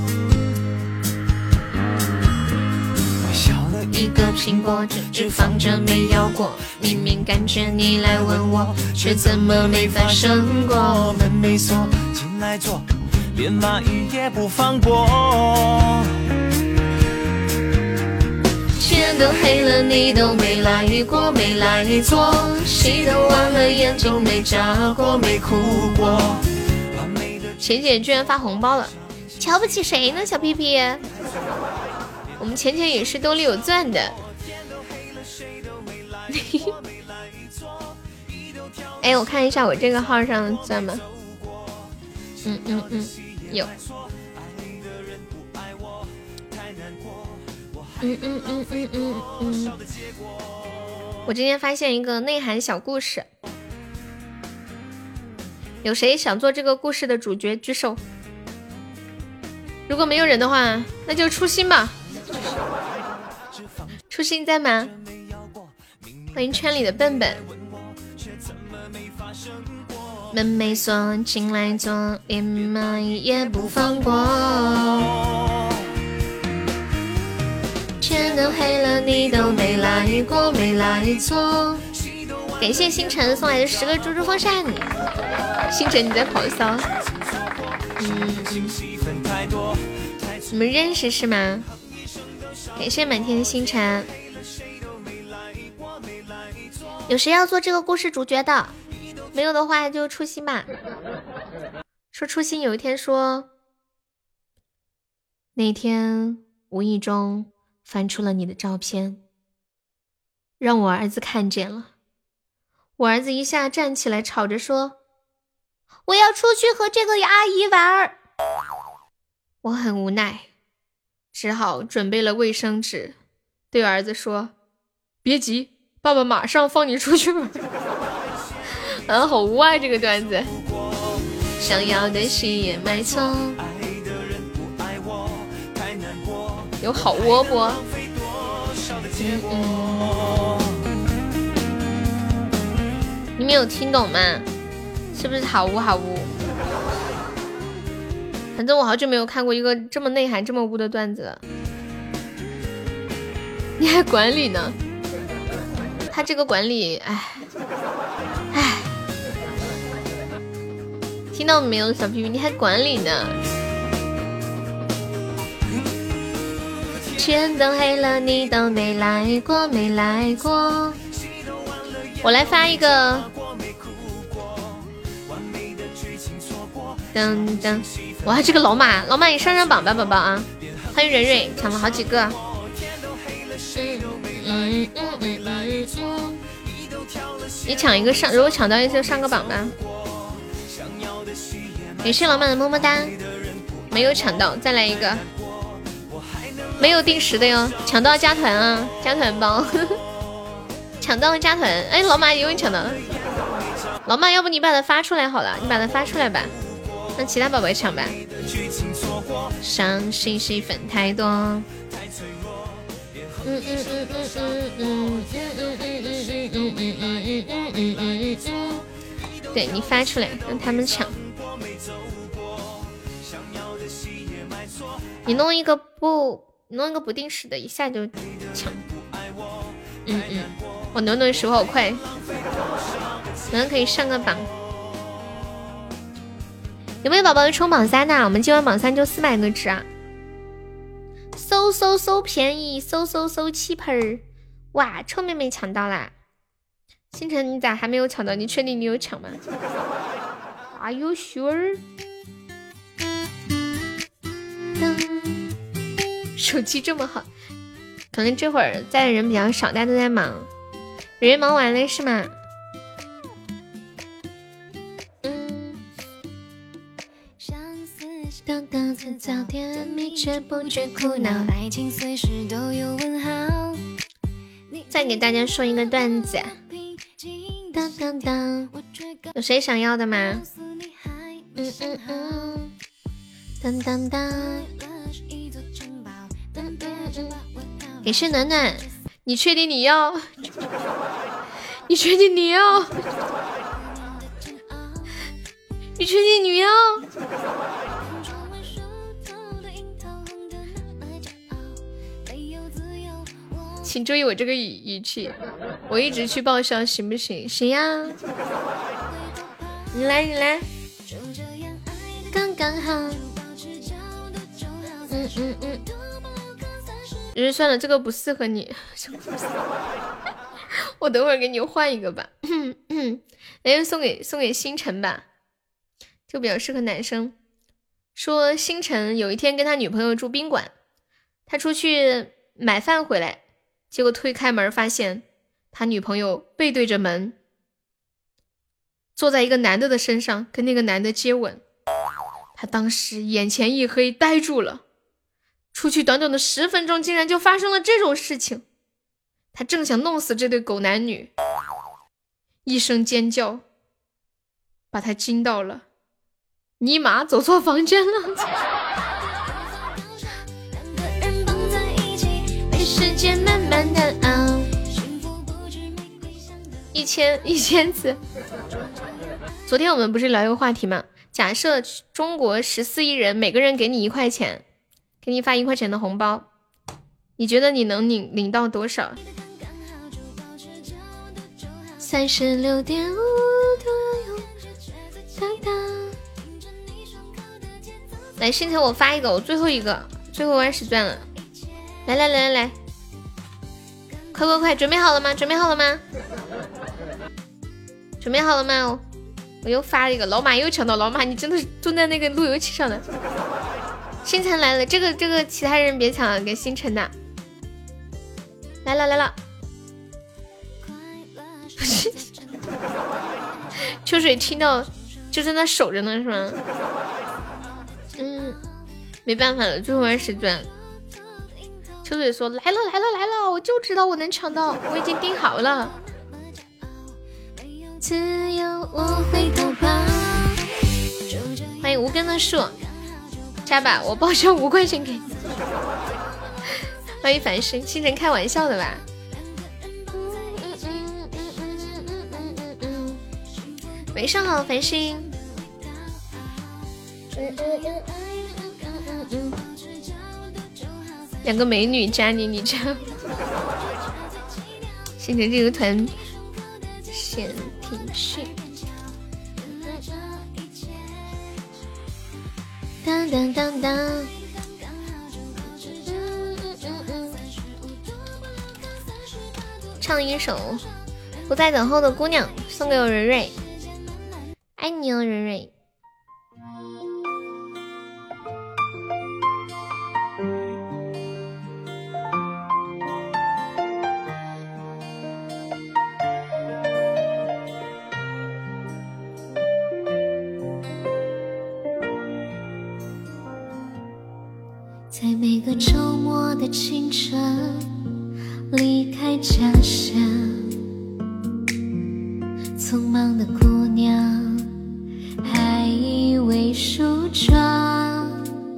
我削了一个苹果，只放着没咬过。明明感觉你来吻我，却怎么没发生过？门没锁，进来坐，连蚂蚁也不放过。天都黑了，你都没来过，没来坐，洗都忘了眼睛没眨过，没哭过。 浅浅居然发红包了，瞧不起谁呢？小屁屁，我们浅浅也是兜里有钻的。哎，我看一下我这个号上的钻吧。有。 我今天发现一个内涵小故事，有谁想做这个故事的主角举手？如果没有人的话，那就初心吧。初心在吗？欢迎圈里的笨笨。门没锁，进来坐，连蚂蚁也不放过。天都黑了，你都没来过，没来错。感谢星辰送来的10个猪猪风扇。星辰你在跑骚？你们认识是吗？感谢满天星辰。有谁要做这个故事主角的？没有的话就初心吧。说初心有一天说，那天无意中翻出了你的照片，让我儿子看见了。我儿子一下站起来吵着说，我要出去和这个阿姨玩。我很无奈，只好准备了卫生纸，对儿子说，别急，爸爸马上放你出去玩。好污啊这个段子。想要的心也买错，有好窝不？你们有听懂吗？是不是好污好污？反正我好久没有看过一个这么内涵这么污的段子了。你还管理呢？他这个管理，唉，听到没有，小皮皮，你还管理呢？天都黑了，你都没来过，没来过。我来发一个，噔噔，哇，这个老马你上上榜吧，宝宝啊！欢迎蕊蕊，抢了好几个。你抢一个上，如果抢到一就上个榜吧。也是老马的么么哒，没有抢到，再来一个。没有定时的哟，抢到加团啊，加团包。抢到加团，哎，老马又抢到了。老马，要不你把它发出来好了，你把它发出来吧，让其他宝宝抢吧。伤心戏份太多。对，你发出来让他们抢。你弄一个不定时的，一下就抢。我暖暖手好快，暖暖可以上个榜。有没有宝宝冲榜3呢？我们今晚榜3就400个值啊！搜便宜，搜7盆。哇，臭妹妹抢到啦！星辰，你咋还没有抢到？你确定你有抢吗？ Are you sure？ 手机这么好，可能这会儿在的人比较少，大家都在忙。人忙完了是吗？刚刚才早甜蜜，却不觉苦恼，爱情随时都有问号。再给大家说一个段子，当当当，有谁想要的吗？当当当，给是暖暖，你确定你要？你确定你要？你确定你要？请注意我这个语气，我一直去报销行不行？行呀，你来，刚刚好。算了，这个不适合你，我等会儿给你换一个吧。那就送给星辰吧，就比较适合男生。说星辰有一天跟他女朋友住宾馆，他出去买饭回来，结果推开门发现他女朋友背对着门，坐在一个男的身上，跟那个男的接吻。他当时眼前一黑，呆住了。 出去短短的10分钟，竟然就发生了这种事情。他正想弄死这对狗男女，一声尖叫把他惊到了，尼玛走错房间了。时间慢慢的熬1000次。昨天我们不是聊一个话题吗？假设中国14亿人，每个人给你1块钱，给你发1块钱的红包，你觉得你能领到多少？36.5度，来，星辰我发一个，我最后一个，最后20钻了。来，快，准备好了吗？准备好了吗？我又发了一个，老马又抢到，老马你真的是蹲在那个路由器上的。星辰来了，这个其他人别抢了，给星辰的。来了。秋水听到就在那守着呢，是吗？没办法了，最后20钻。秋水说来了，我就知道我能抢到，我已经订好了。只有我回头跑。欢迎无根的树，加吧，我报销5块钱给你。欢迎繁星，星辰开玩笑的吧？晚上好，繁星。2个美女加你这样，星辰这个团先挺去。当，唱一首《不再等候的姑娘》，送给我蕊蕊，爱你哦，蕊蕊。 在每个周末的清晨，离开家乡，匆忙的姑娘还以为梳妆，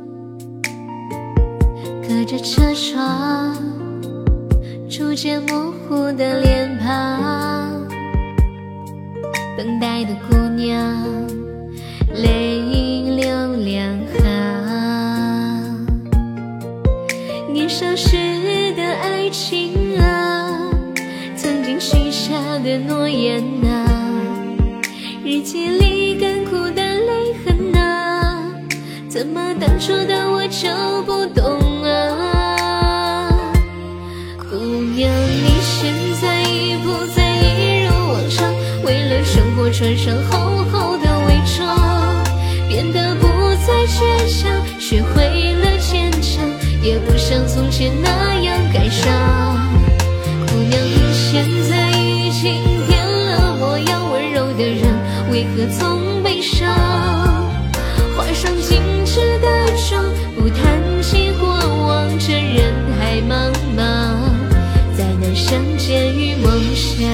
隔着车窗逐渐模糊的脸庞，等待的姑娘泪流两行，年少时的爱情啊，曾经许下的诺言啊，日记里干枯的泪痕啊，怎么当初的我就不懂啊？姑娘，你现在已不再一如往常，为了生活穿上厚厚的伪装，变得不再倔强，学会了坚强，也不像从前那样感伤。姑娘，你现在已经变了模样，温柔的人为何总悲伤？画上精致的妆，不谈起过往，这人海茫茫，再难相见于梦乡。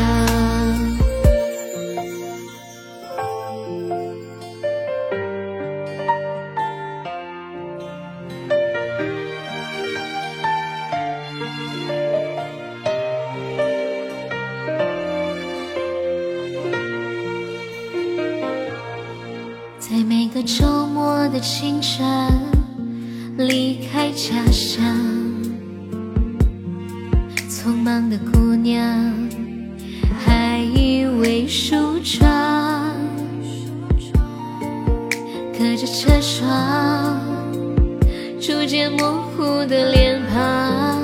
在每个周末的清晨，离开家乡，匆忙的姑娘还以为梳妆，隔着车窗逐渐模糊的脸庞，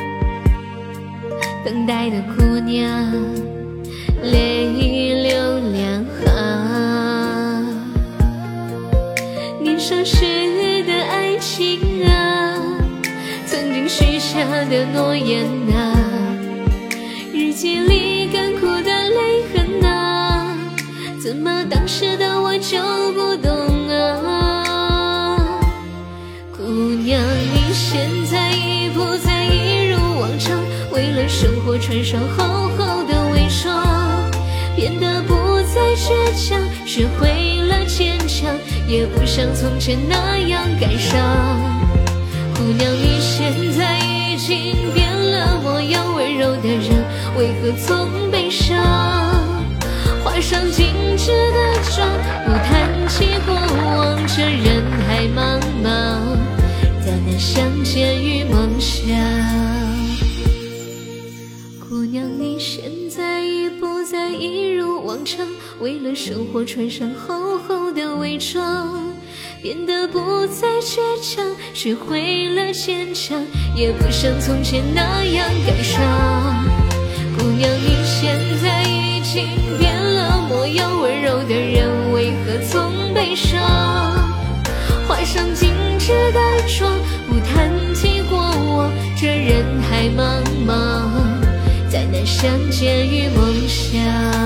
等待的姑娘泪流两行，年少时的爱情啊，曾经许下的诺言啊，日记里干枯的泪痕啊，怎么当时的我就不懂啊？姑娘，你现在生活穿上厚厚的伪装，变得不再倔强，学会了坚强，也不像从前那样感伤。姑娘，你现在已经变了模样，温柔的人为何总悲伤？画上精致的妆，不谈起过往，这人海茫茫，再难相见于梦乡。姑娘，你现在已不再一如往常，为了生活穿上厚厚的伪装，变得不再倔强，学会了坚强，也不像从前那样感伤。姑娘，你现在已经变了模样，温柔的人为何总悲伤？画上精致的妆，不谈起过往，这人海茫茫，再难相见于梦乡。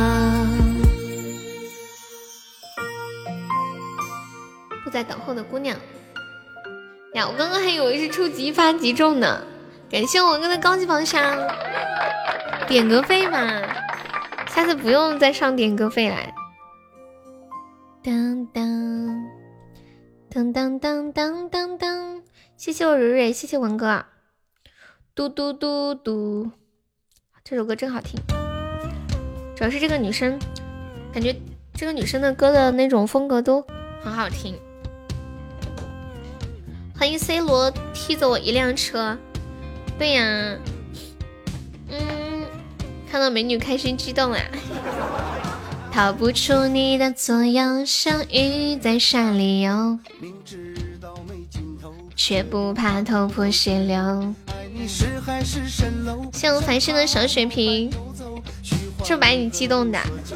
不再等候的姑娘呀，我刚刚还以为是初级发击中呢，感谢我哥的高级宝箱，点歌费嘛，下次不用再上点歌费来。当当当当当当当当，谢谢我蕊蕊，谢谢文哥。嘟嘟嘟嘟，这首歌真好听，主要是这个女生，感觉这个女生的歌的那种风格都很好听。欢迎 C 罗踢走我一辆车，对呀，看到美女开心激动啊，逃不出你的左右，像鱼在沙里游，却不怕头破血流。像繁星的小水瓶，这把你激动的，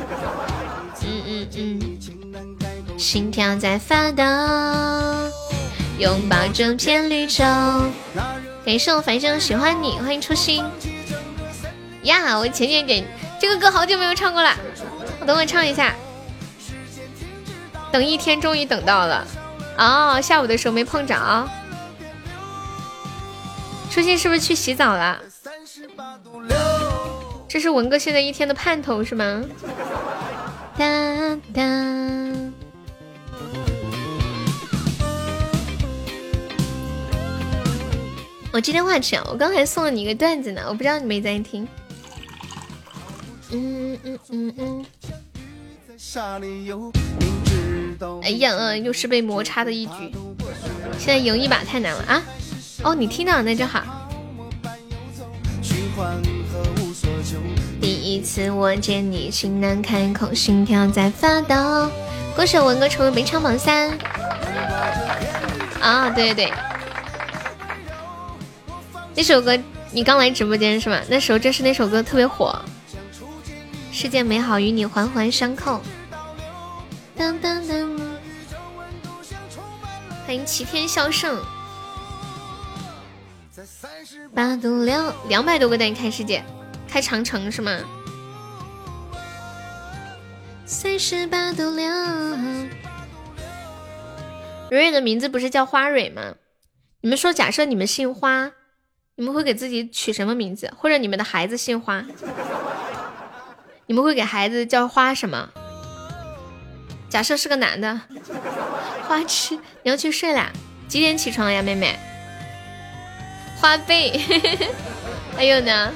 心跳在发抖，拥抱这片绿洲。感谢我繁星喜欢你，欢迎初心呀！我前点点这个歌好久没有唱过了，我等会唱一下。等一天终于等到了哦，下午的时候没碰着。初心是不是去洗澡了？这是文哥现在一天的盼头是吗？哒哒。我接电话去啊！我刚才送了你一个段子呢，我不知道你没在听。哎呀，又是被摩擦的一局，现在赢一把太难了啊！哦，你听到了那就好。第一次我见你，情难开口，心跳在发抖。恭喜文哥成为本场榜3。啊，对对对。那首歌你刚来直播间是吗？那时候正是那首歌特别火，世界美好与你环环相扣。当当当，欢迎齐天笑圣。8度6 200多个蛋开世界，开长城是吗？38度6。蕊蕊的名字不是叫花蕊吗？你们说，假设你们姓花，你们会给自己取什么名字？或者你们的孩子姓花，你们会给孩子叫花什么？假设是个男的，花痴，你要去睡啦？几点起床呀，妹妹？花呗。还有呢？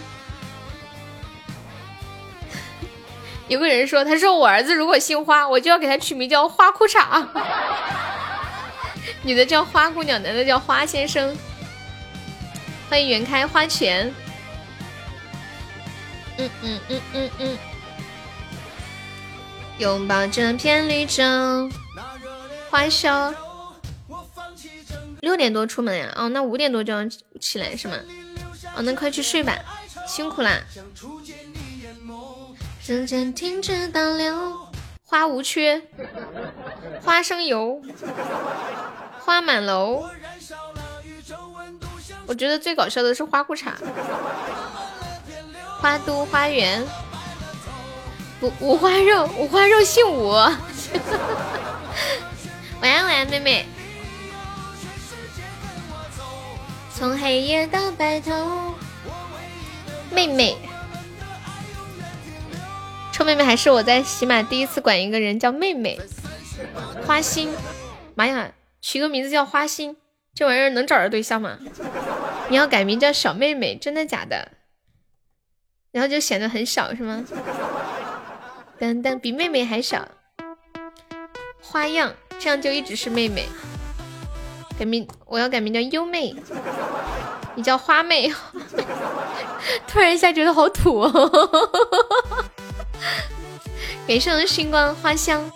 有个人说，他说我儿子如果姓花，我就要给他取名叫花裤衩。女的叫花姑娘，男的叫花先生。欢迎远开花泉。拥抱这片绿洲。花销6点多出门呀？哦，那5点多就要起来是吗？哦，那快去睡吧，辛苦啦。时间停止倒流，花无缺，花生油，花满楼。我觉得最搞笑的是花裤衩。花都花园，五花肉，五花肉姓武。晚安晚安，妹妹。从黑夜到白头， 妹妹，臭妹妹还是我在喜马第一次管一个人叫妹妹。花心，妈呀，取个名字叫花心，这玩意儿能找着对象吗？你要改名叫小妹妹，真的假的？然后就显得很小是吗？等等，比妹妹还小。花样，这样就一直是妹妹。改名，我要改名叫优妹，你叫花妹。突然一下觉得好土哦。给圣人星光花香，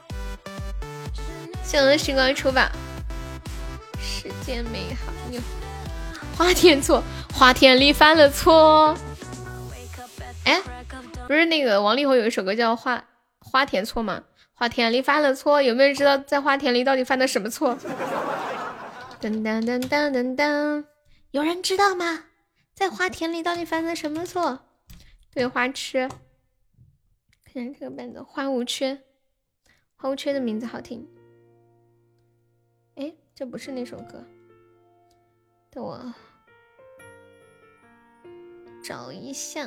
圣人星光出吧。世间美好，花田错，花田里犯了错。哎，不是那个王力宏有一首歌叫花田错吗？花田里犯了错，有没有人知道在花田里到底犯的什么错？噔噔噔噔噔噔，有人知道吗？在花田里到底犯了什么错？对，花痴。看看这个版本，花无缺，花无缺的名字好听。哎，这不是那首歌，等我找一下。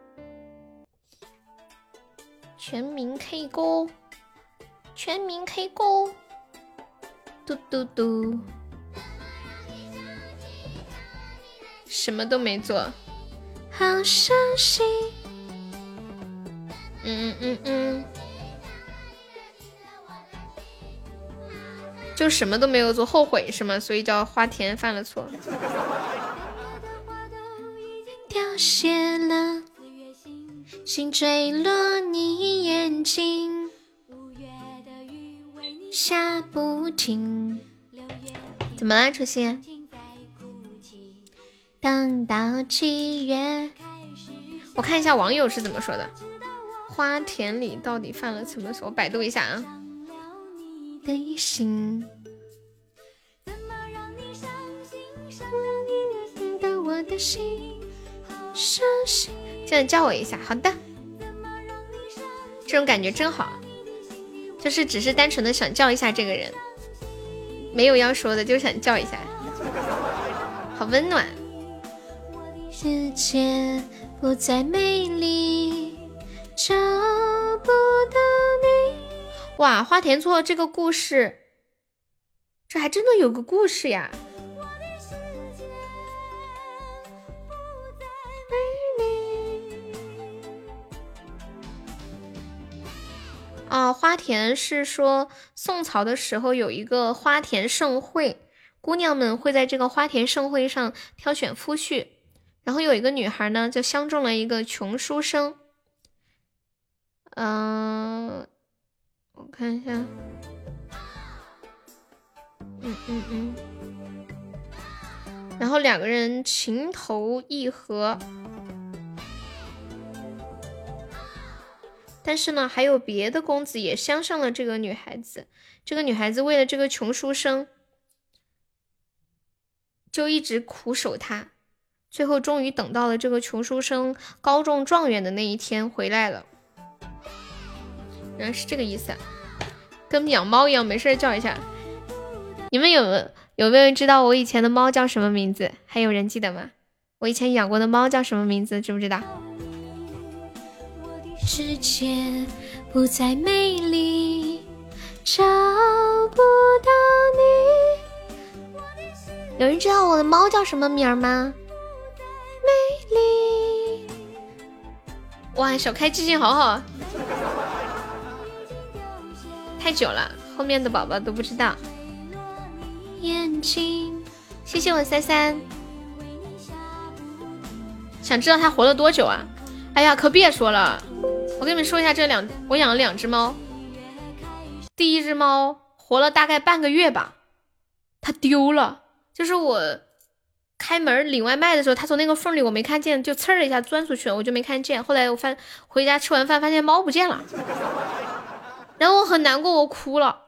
全民 K 歌，全民 K 歌，嘟嘟嘟，什么都没做，好伤心。就什么都没有做，后悔是吗？所以叫花田犯了错。凋谢了，心坠落你眼睛，下不停。怎么了，初心？等到7月，我看一下网友是怎么说的。花田里到底犯了什么错？我百度一下啊。的心，我的心伤心。现在叫我一下，好的。这种感觉真好，就是只是单纯的想叫一下这个人，没有要说的，就想叫一下，好温暖。世界不再美丽，找不到你。哇，花田错这个故事，这还真的有个故事呀。花田是说宋朝的时候有一个花田盛会，姑娘们会在这个花田盛会上挑选夫婿，然后有一个女孩呢就相中了一个穷书生。我看一下，然后两个人情投意合。但是呢，还有别的公子也相上了这个女孩子。这个女孩子为了这个穷书生，就一直苦守他，最后终于等到了这个穷书生高中状元的那一天回来了。原来是这个意思，跟养猫一样，没事叫一下。你们有没有人知道我以前的猫叫什么名字？还有人记得吗？我以前养过的猫叫什么名字？知不知道？世界不再美丽，找不到你。有人知道我的猫叫什么名吗？美丽。哇，小开记性好好，太久了，后面的宝宝都不知道。眼睛，谢谢我33。想知道它活了多久啊？哎呀，可别说了。我跟你们说一下，我养了2只猫。第一只猫活了大概半个月吧，它丢了，就是我开门领外卖的时候，它从那个缝里我没看见，就呲儿一下钻出去了，我就没看见。后来我回家吃完饭发现猫不见了，然后我很难过，我哭了。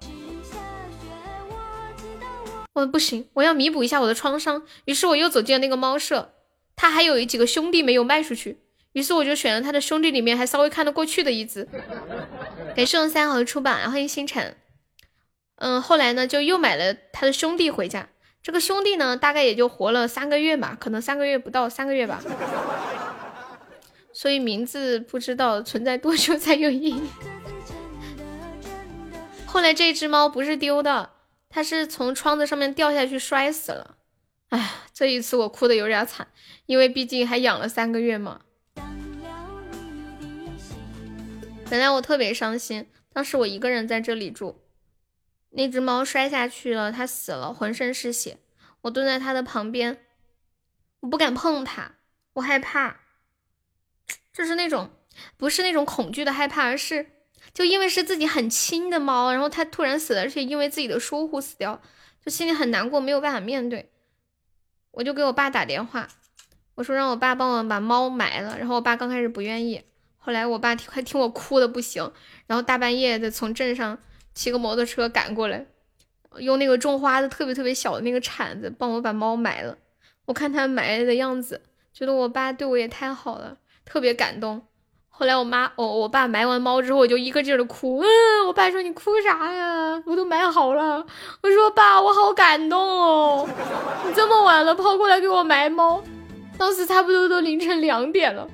我不行，我要弥补一下我的创伤，于是我又走进了那个猫舍，它还有几个兄弟没有卖出去。于是我就选了他的兄弟里面还稍微看得过去的一只。给圣3好出版，然后欢迎星辰。后来呢就又买了他的兄弟回家。这个兄弟呢大概也就活了3个月吧，可能3个月不到，3个月吧。 所以名字不知道存在多久才有意义。后来这只猫不是丢的，它是从窗子上面掉下去摔死了。哎，这一次我哭的有点惨，因为毕竟还养了3个月嘛。本来我特别伤心，当时我一个人在这里住，那只猫摔下去了，它死了，浑身是血。我蹲在它的旁边，我不敢碰它，我害怕，就是那种不是那种恐惧的害怕，而是就因为是自己很亲的猫，然后它突然死了，而且因为自己的疏忽死掉，就心里很难过，没有办法面对。我就给我爸打电话，我说让我爸帮我把猫埋了，然后我爸刚开始不愿意，后来我爸快听我哭的不行，然后大半夜的从镇上骑个摩托车赶过来，用那个种花的特别特别小的那个铲子帮我把猫埋了。我看他埋的样子，觉得我爸对我也太好了，特别感动。后来我爸埋完猫之后，我就一个劲儿的哭。我爸说你哭啥呀？我都埋好了。我说爸，我好感动哦，你这么晚了跑过来给我埋猫。当时差不多都凌晨2点了。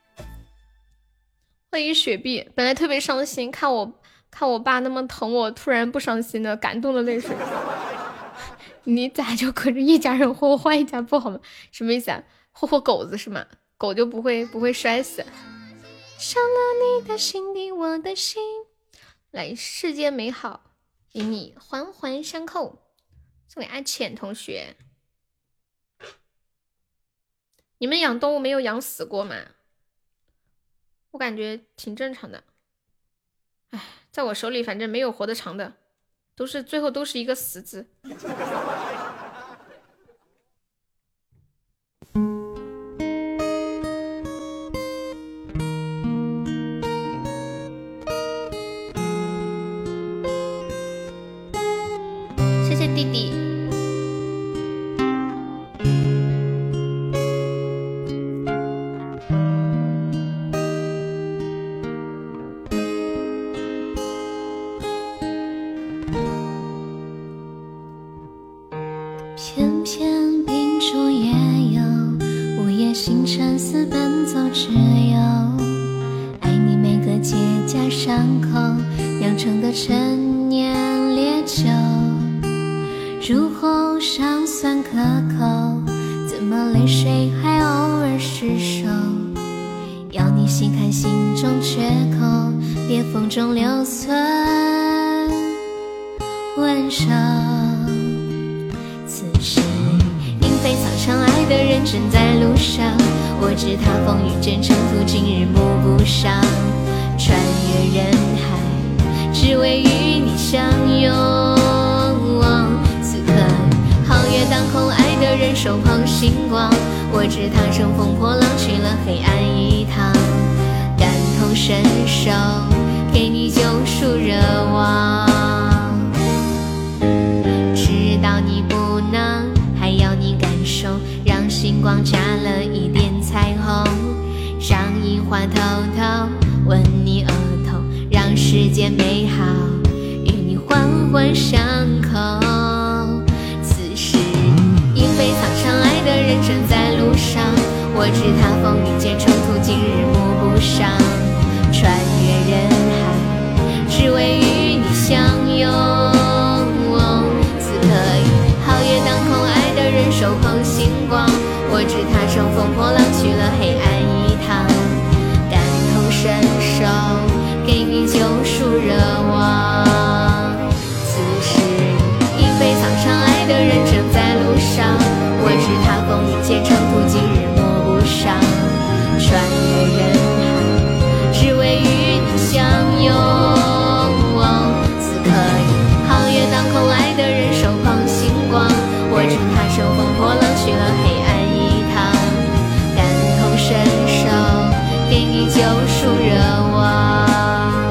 欢迎雪碧，本来特别伤心，看我爸那么疼我，突然不伤心了，感动的泪水。你咋就可着一家人祸换一家不好吗？什么意思啊？祸狗子是吗？狗就不会摔死。伤了你的心底我的心，来世间美好与你环环相扣。送给阿浅同学。你们养动物没有养死过吗？我感觉挺正常的。哎，在我手里反正没有活得长的，最后都是一个死字。谢谢弟弟。 偏偏秉烛夜游，午夜星辰似奔走之友，爱你每个结痂伤口酿成的陈年烈酒，入喉尚酸可口，怎么泪水还偶尔失手，要你细看心中缺口，裂缝中留存温柔。此时莺飞草长，爱的人正在路上，我知他风雨兼程途，今日暮不赏，穿越人海，只为与你相拥。此刻皓月当空，爱的人手捧星光，我知他乘风破浪去了黑暗一趟，感同身受，给你救赎热望。知道你不能，还要你感受，让星光加了一点彩虹，让樱花偷偷吻你额头，让世界美好与你环环相扣。此时莺飞草长，爱的人正在路上，我知他风雨兼程途，今日暮不赏，穿越人海，只为与你相拥。皓月当空，爱的人手捧星光，我知他乘风破浪去了黑暗一趟，感同身受，给你救赎热望。此时莺飞草长，爱的人正在路上，我知他风雨兼程途，今日暮不赏，穿越人海，只为与你相拥。此刻皓月当空，爱的人手捧星光，我知他乘风破浪去了黑暗一趟，感同身受，给你救赎热望。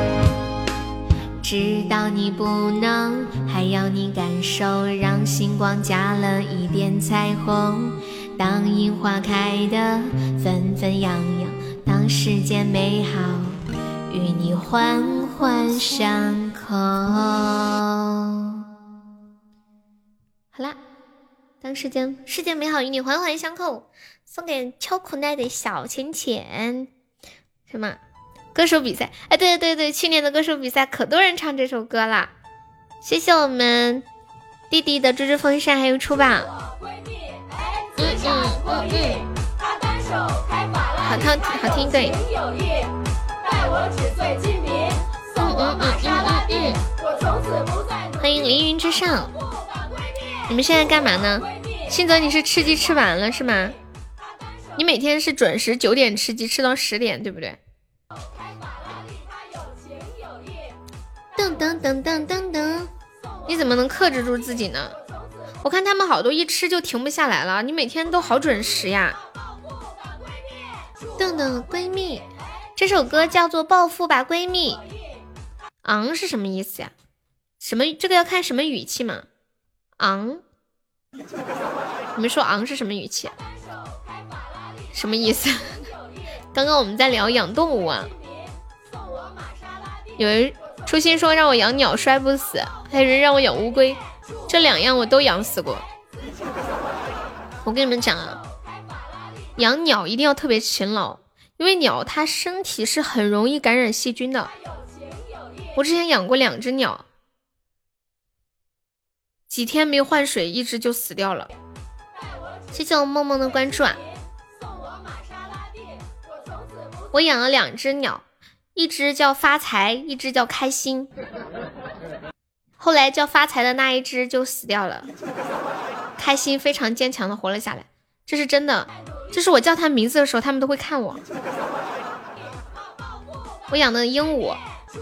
知道你不能，还要你感受，让星光加了一点彩虹，当樱花开得纷纷扬扬，当世间美好与你环环相扣。 好啦，当世间美好与你环环相扣。 送给秋苦奈的小钱钱。什么歌手比赛？哎，对对对，去年的歌手比赛可多人唱这首歌啦。谢谢我们弟弟的追追风扇还有出榜。好听，对。欢迎凌云之上。你们现在干嘛呢？信泽，你是吃鸡吃完了是吗？你每天是准时9点吃鸡，吃到10点，对不对？噔噔噔噔噔噔，你怎么能克制住自己呢？我看他们好多一吃就停不下来了，你每天都好准时呀。噔噔闺蜜，这首歌叫做《报复吧闺蜜》。昂是什么意思呀？什么？这个要看什么语气嘛？昂，你们说昂是什么语气？什么意思？刚刚我们在聊养动物啊。有人初心说让我养鸟摔不死，还有人让我养乌龟，这2样我都养死过。我跟你们讲啊，养鸟一定要特别勤劳，因为鸟它身体是很容易感染细菌的。我之前养过2只鸟，几天没换水，一只就死掉了。谢谢我梦梦的关注啊！我养了2只鸟，一只叫发财，一只叫开心。后来叫发财的那一只就死掉了，开心非常坚强的活了下来，这是真的。就是我叫它名字的时候，他们都会看我。我养的鹦鹉，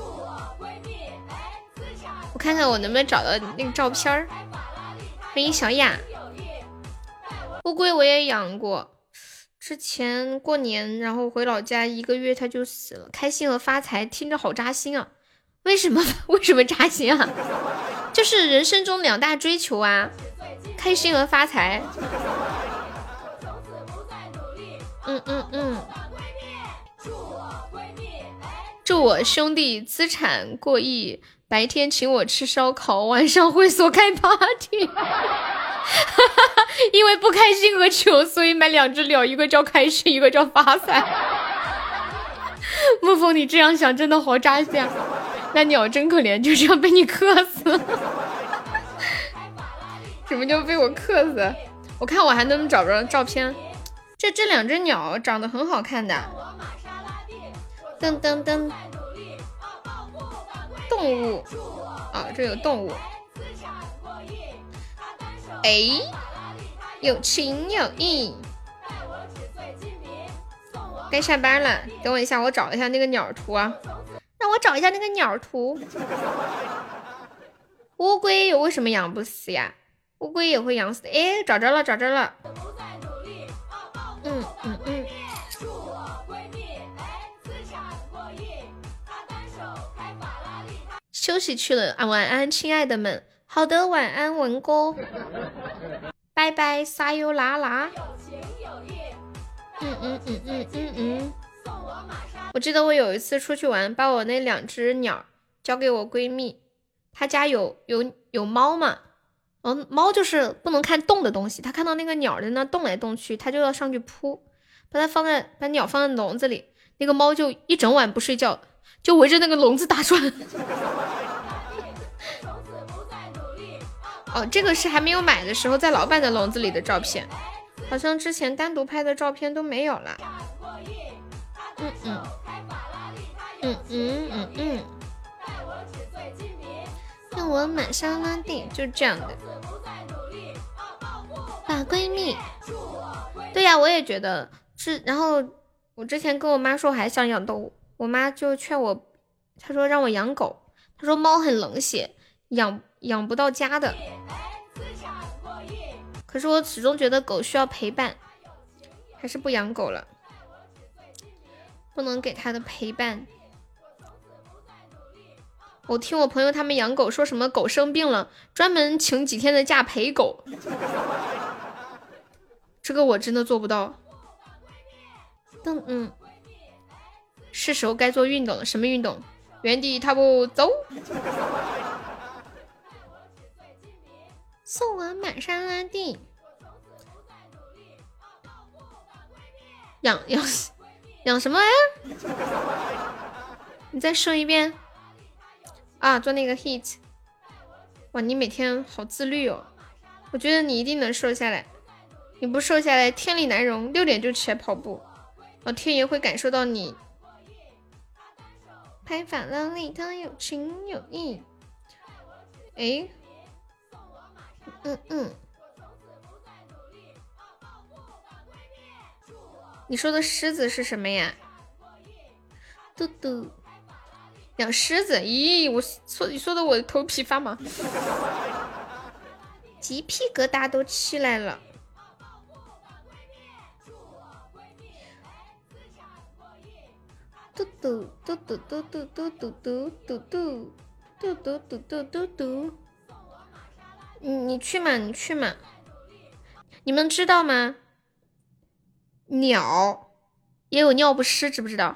我看看我能不能找到那个照片儿。欢迎小雅。乌龟我也养过，之前过年然后回老家1个月它就死了。开心和发财听着好扎心啊，为什么扎心啊？就是人生中2大追求啊，开心和发财。祝我兄弟资产过亿，白天请我吃烧烤，晚上会所开 party。因为不开心和穷，所以买2只鸟，一个叫开心，一个叫发财。沐风，你这样想真的好扎心啊！那鸟真可怜，就这样被你克死。什么叫被我克死？我看我还能找着照片。这2只鸟长得很好看的。噔噔噔，动物啊，这有动物。哎，有情有义。该下班了，等我一下，我找一下那个鸟图啊，让我找一下那个鸟图。乌龟为什么养不死呀？乌龟也会养死的。哎，找着了。休息去了啊，晚安，亲爱的们。好的，晚安，文哥。拜拜，撒尤啦啦。我记得我有一次出去玩，把我那2只鸟交给我闺蜜，她家有猫嘛，猫就是不能看动的东西，她看到那个鸟在那动来动去，她就要上去扑，把鸟放在笼子里，那个猫就一整晚不睡觉，就围着那个笼子打转。哦，这个是还没有买的时候在老板的笼子里的照片，好像之前单独拍的照片都没有了。让我马上拉地，就这样的。把闺蜜，对呀，我也觉得是。然后我之前跟我妈说还想养动物，我妈就劝我，她说让我养狗，她说猫很冷血，养不到家的。可是我始终觉得狗需要陪伴，还是不养狗了，不能给它的陪伴。我听我朋友他们养狗说什么狗生病了，专门请几天的假陪狗。这个我真的做不到。是时候该做运动了。什么运动？原地踏步走。送我玛莎拉蒂。 养什么玩意儿？你再说一遍啊！做那个 hit。哇，你每天好自律哦，我觉得你一定能瘦下来。你不瘦下来，天理难容。6点就起来跑步，老天爷会感受到你。拍法浪里头有情有义。哎，你说的狮子是什么呀？嘟嘟，养狮子？咦，你说的我头皮发麻，鸡皮疙瘩都起来了。嘟嘟嘟嘟嘟嘟嘟嘟嘟嘟嘟嘟嘟嘟嘟嘟，你去嘛，你去嘛。你们知道吗？鸟也有尿不湿，知不知道？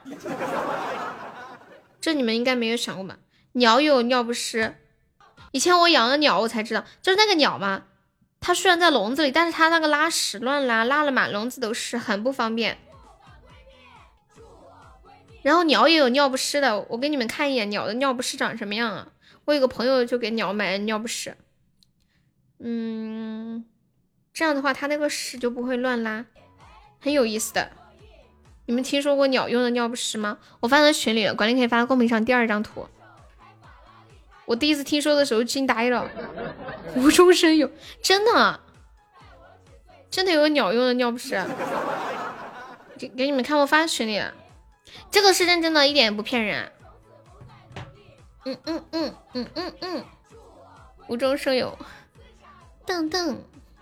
这你们应该没有想过吧？鸟有尿不湿。以前我养的鸟，我才知道，就是那个鸟嘛，它虽然在笼子里，但是它那个拉屎乱拉，拉了满笼子都是，很不方便。然后鸟也有尿不湿的，我给你们看一眼鸟的尿不湿长什么样啊？我有个朋友就给鸟买尿不湿，这样的话它那个屎就不会乱拉，很有意思的。你们听说过鸟用的尿不湿吗？我发到群里了，管理可以发到公屏上第2张图。我第一次听说的时候惊呆了，无中生有，真的有鸟用的尿不湿，给你们看，我发群里了。这个是认真的，一点也不骗人。无中生有。噔噔，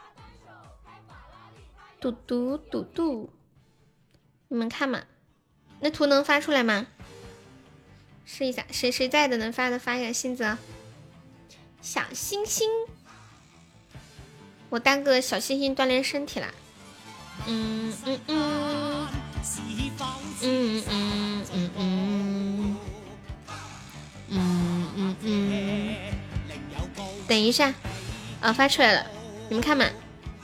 嘟嘟嘟嘟，你们看嘛，那图能发出来吗？试一下，谁在的能发的发一下。新泽，小星星，我当个小星星锻炼身体啦。等一下，发出来了，你们看嘛。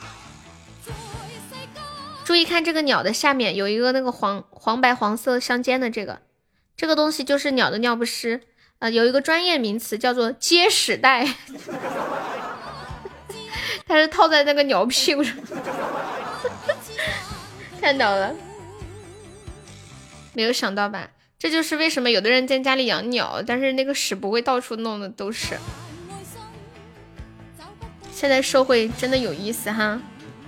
注意看这个鸟的下面有一个那个黄白黄色相间的这个东西就是鸟的尿不湿，有一个专业名词叫做接屎带，它是套在那个鸟屁股上。看到了，没有想到吧？这就是为什么有的人在家里养鸟，但是那个屎不会到处弄的都是。现在社会真的有意思哈，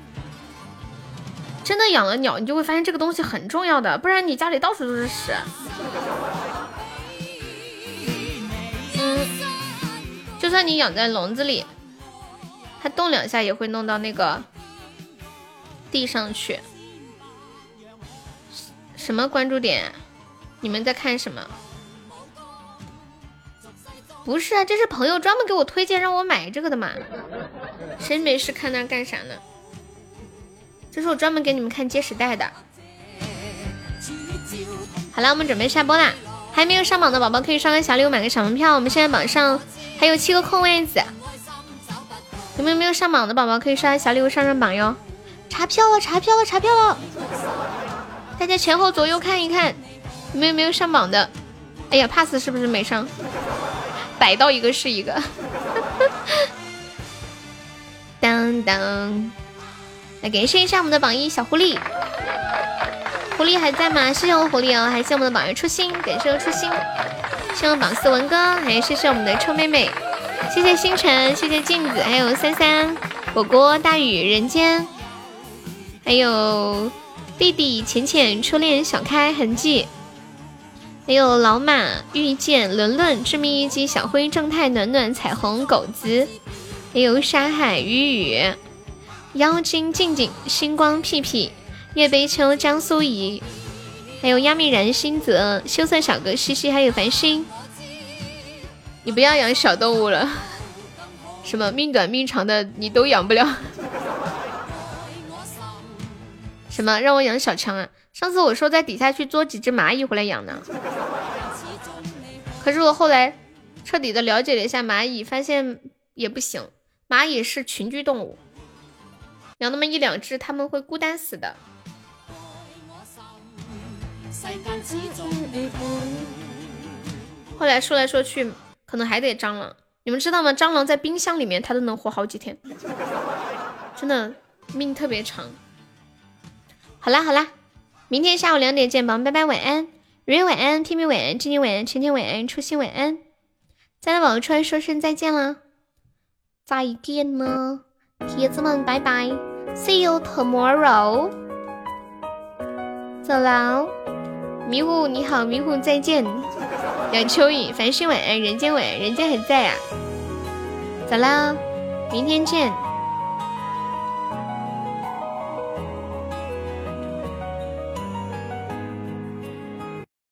真的养了鸟，你就会发现这个东西很重要的，不然你家里到处都是屎。就算你养在笼子里，它动2下也会弄到那个地上去。什么关注点？你们在看什么？不是啊，这是朋友专门给我推荐让我买这个的嘛。谁没事看那干啥呢？这是我专门给你们看接屎带的。好了，我们准备下播啦。还没有上榜的宝宝可以刷个小礼物，买个小门票。我们现在榜上还有7个空位子，有没有上榜的宝宝可以刷小礼物上榜哟？查票了，查票了，查票了！大家前后左右看一看，有没有上榜的？哎呀 ，pass 是不是没上？逮到一个是一个。当当，来感谢一下我们的榜一小狐狸。狐狸还在吗？谢谢我狐狸哦，还谢我们的榜一初心，感谢我初心，谢我榜4文哥，还谢谢我们的臭妹妹，谢谢星辰，谢谢镜子，还有33果果、大雨、人间，还有弟弟、浅浅、初恋、小开、痕迹，还有老马、遇见、伦伦、致命一击、小灰、正太、暖暖、彩虹、狗子，还有沙海、雨雨、妖精、静静、星光、屁屁、叶悲秋、江苏怡，还有亚密然、星泽、羞涩小哥、西西，还有繁星。你不要养小动物了，什么命短命长的你都养不了。什么让我养小强啊？上次我说在底下去捉几只蚂蚁回来养呢，可是我后来彻底的了解了一下蚂蚁，发现也不行。蚂蚁是群居动物，养那么1-2只它们会孤单死的。 后来说来说去，可能还得蟑螂。你们知道吗？蟑螂在冰箱里面，它都能活好几天，真的命特别长。好啦好啦，明天下午2点见吧，拜拜，晚安，蕊蕊晚安，天明晚安，今天晚安，晴天晚安，初心晚安。再来宝宝出来说声再见啦，再见了，铁子们，拜拜 ，See you tomorrow。走了，迷糊你好，迷糊再见。杨秋雨，繁星晚安，人间晚安，人间还在啊。走啦，明天见。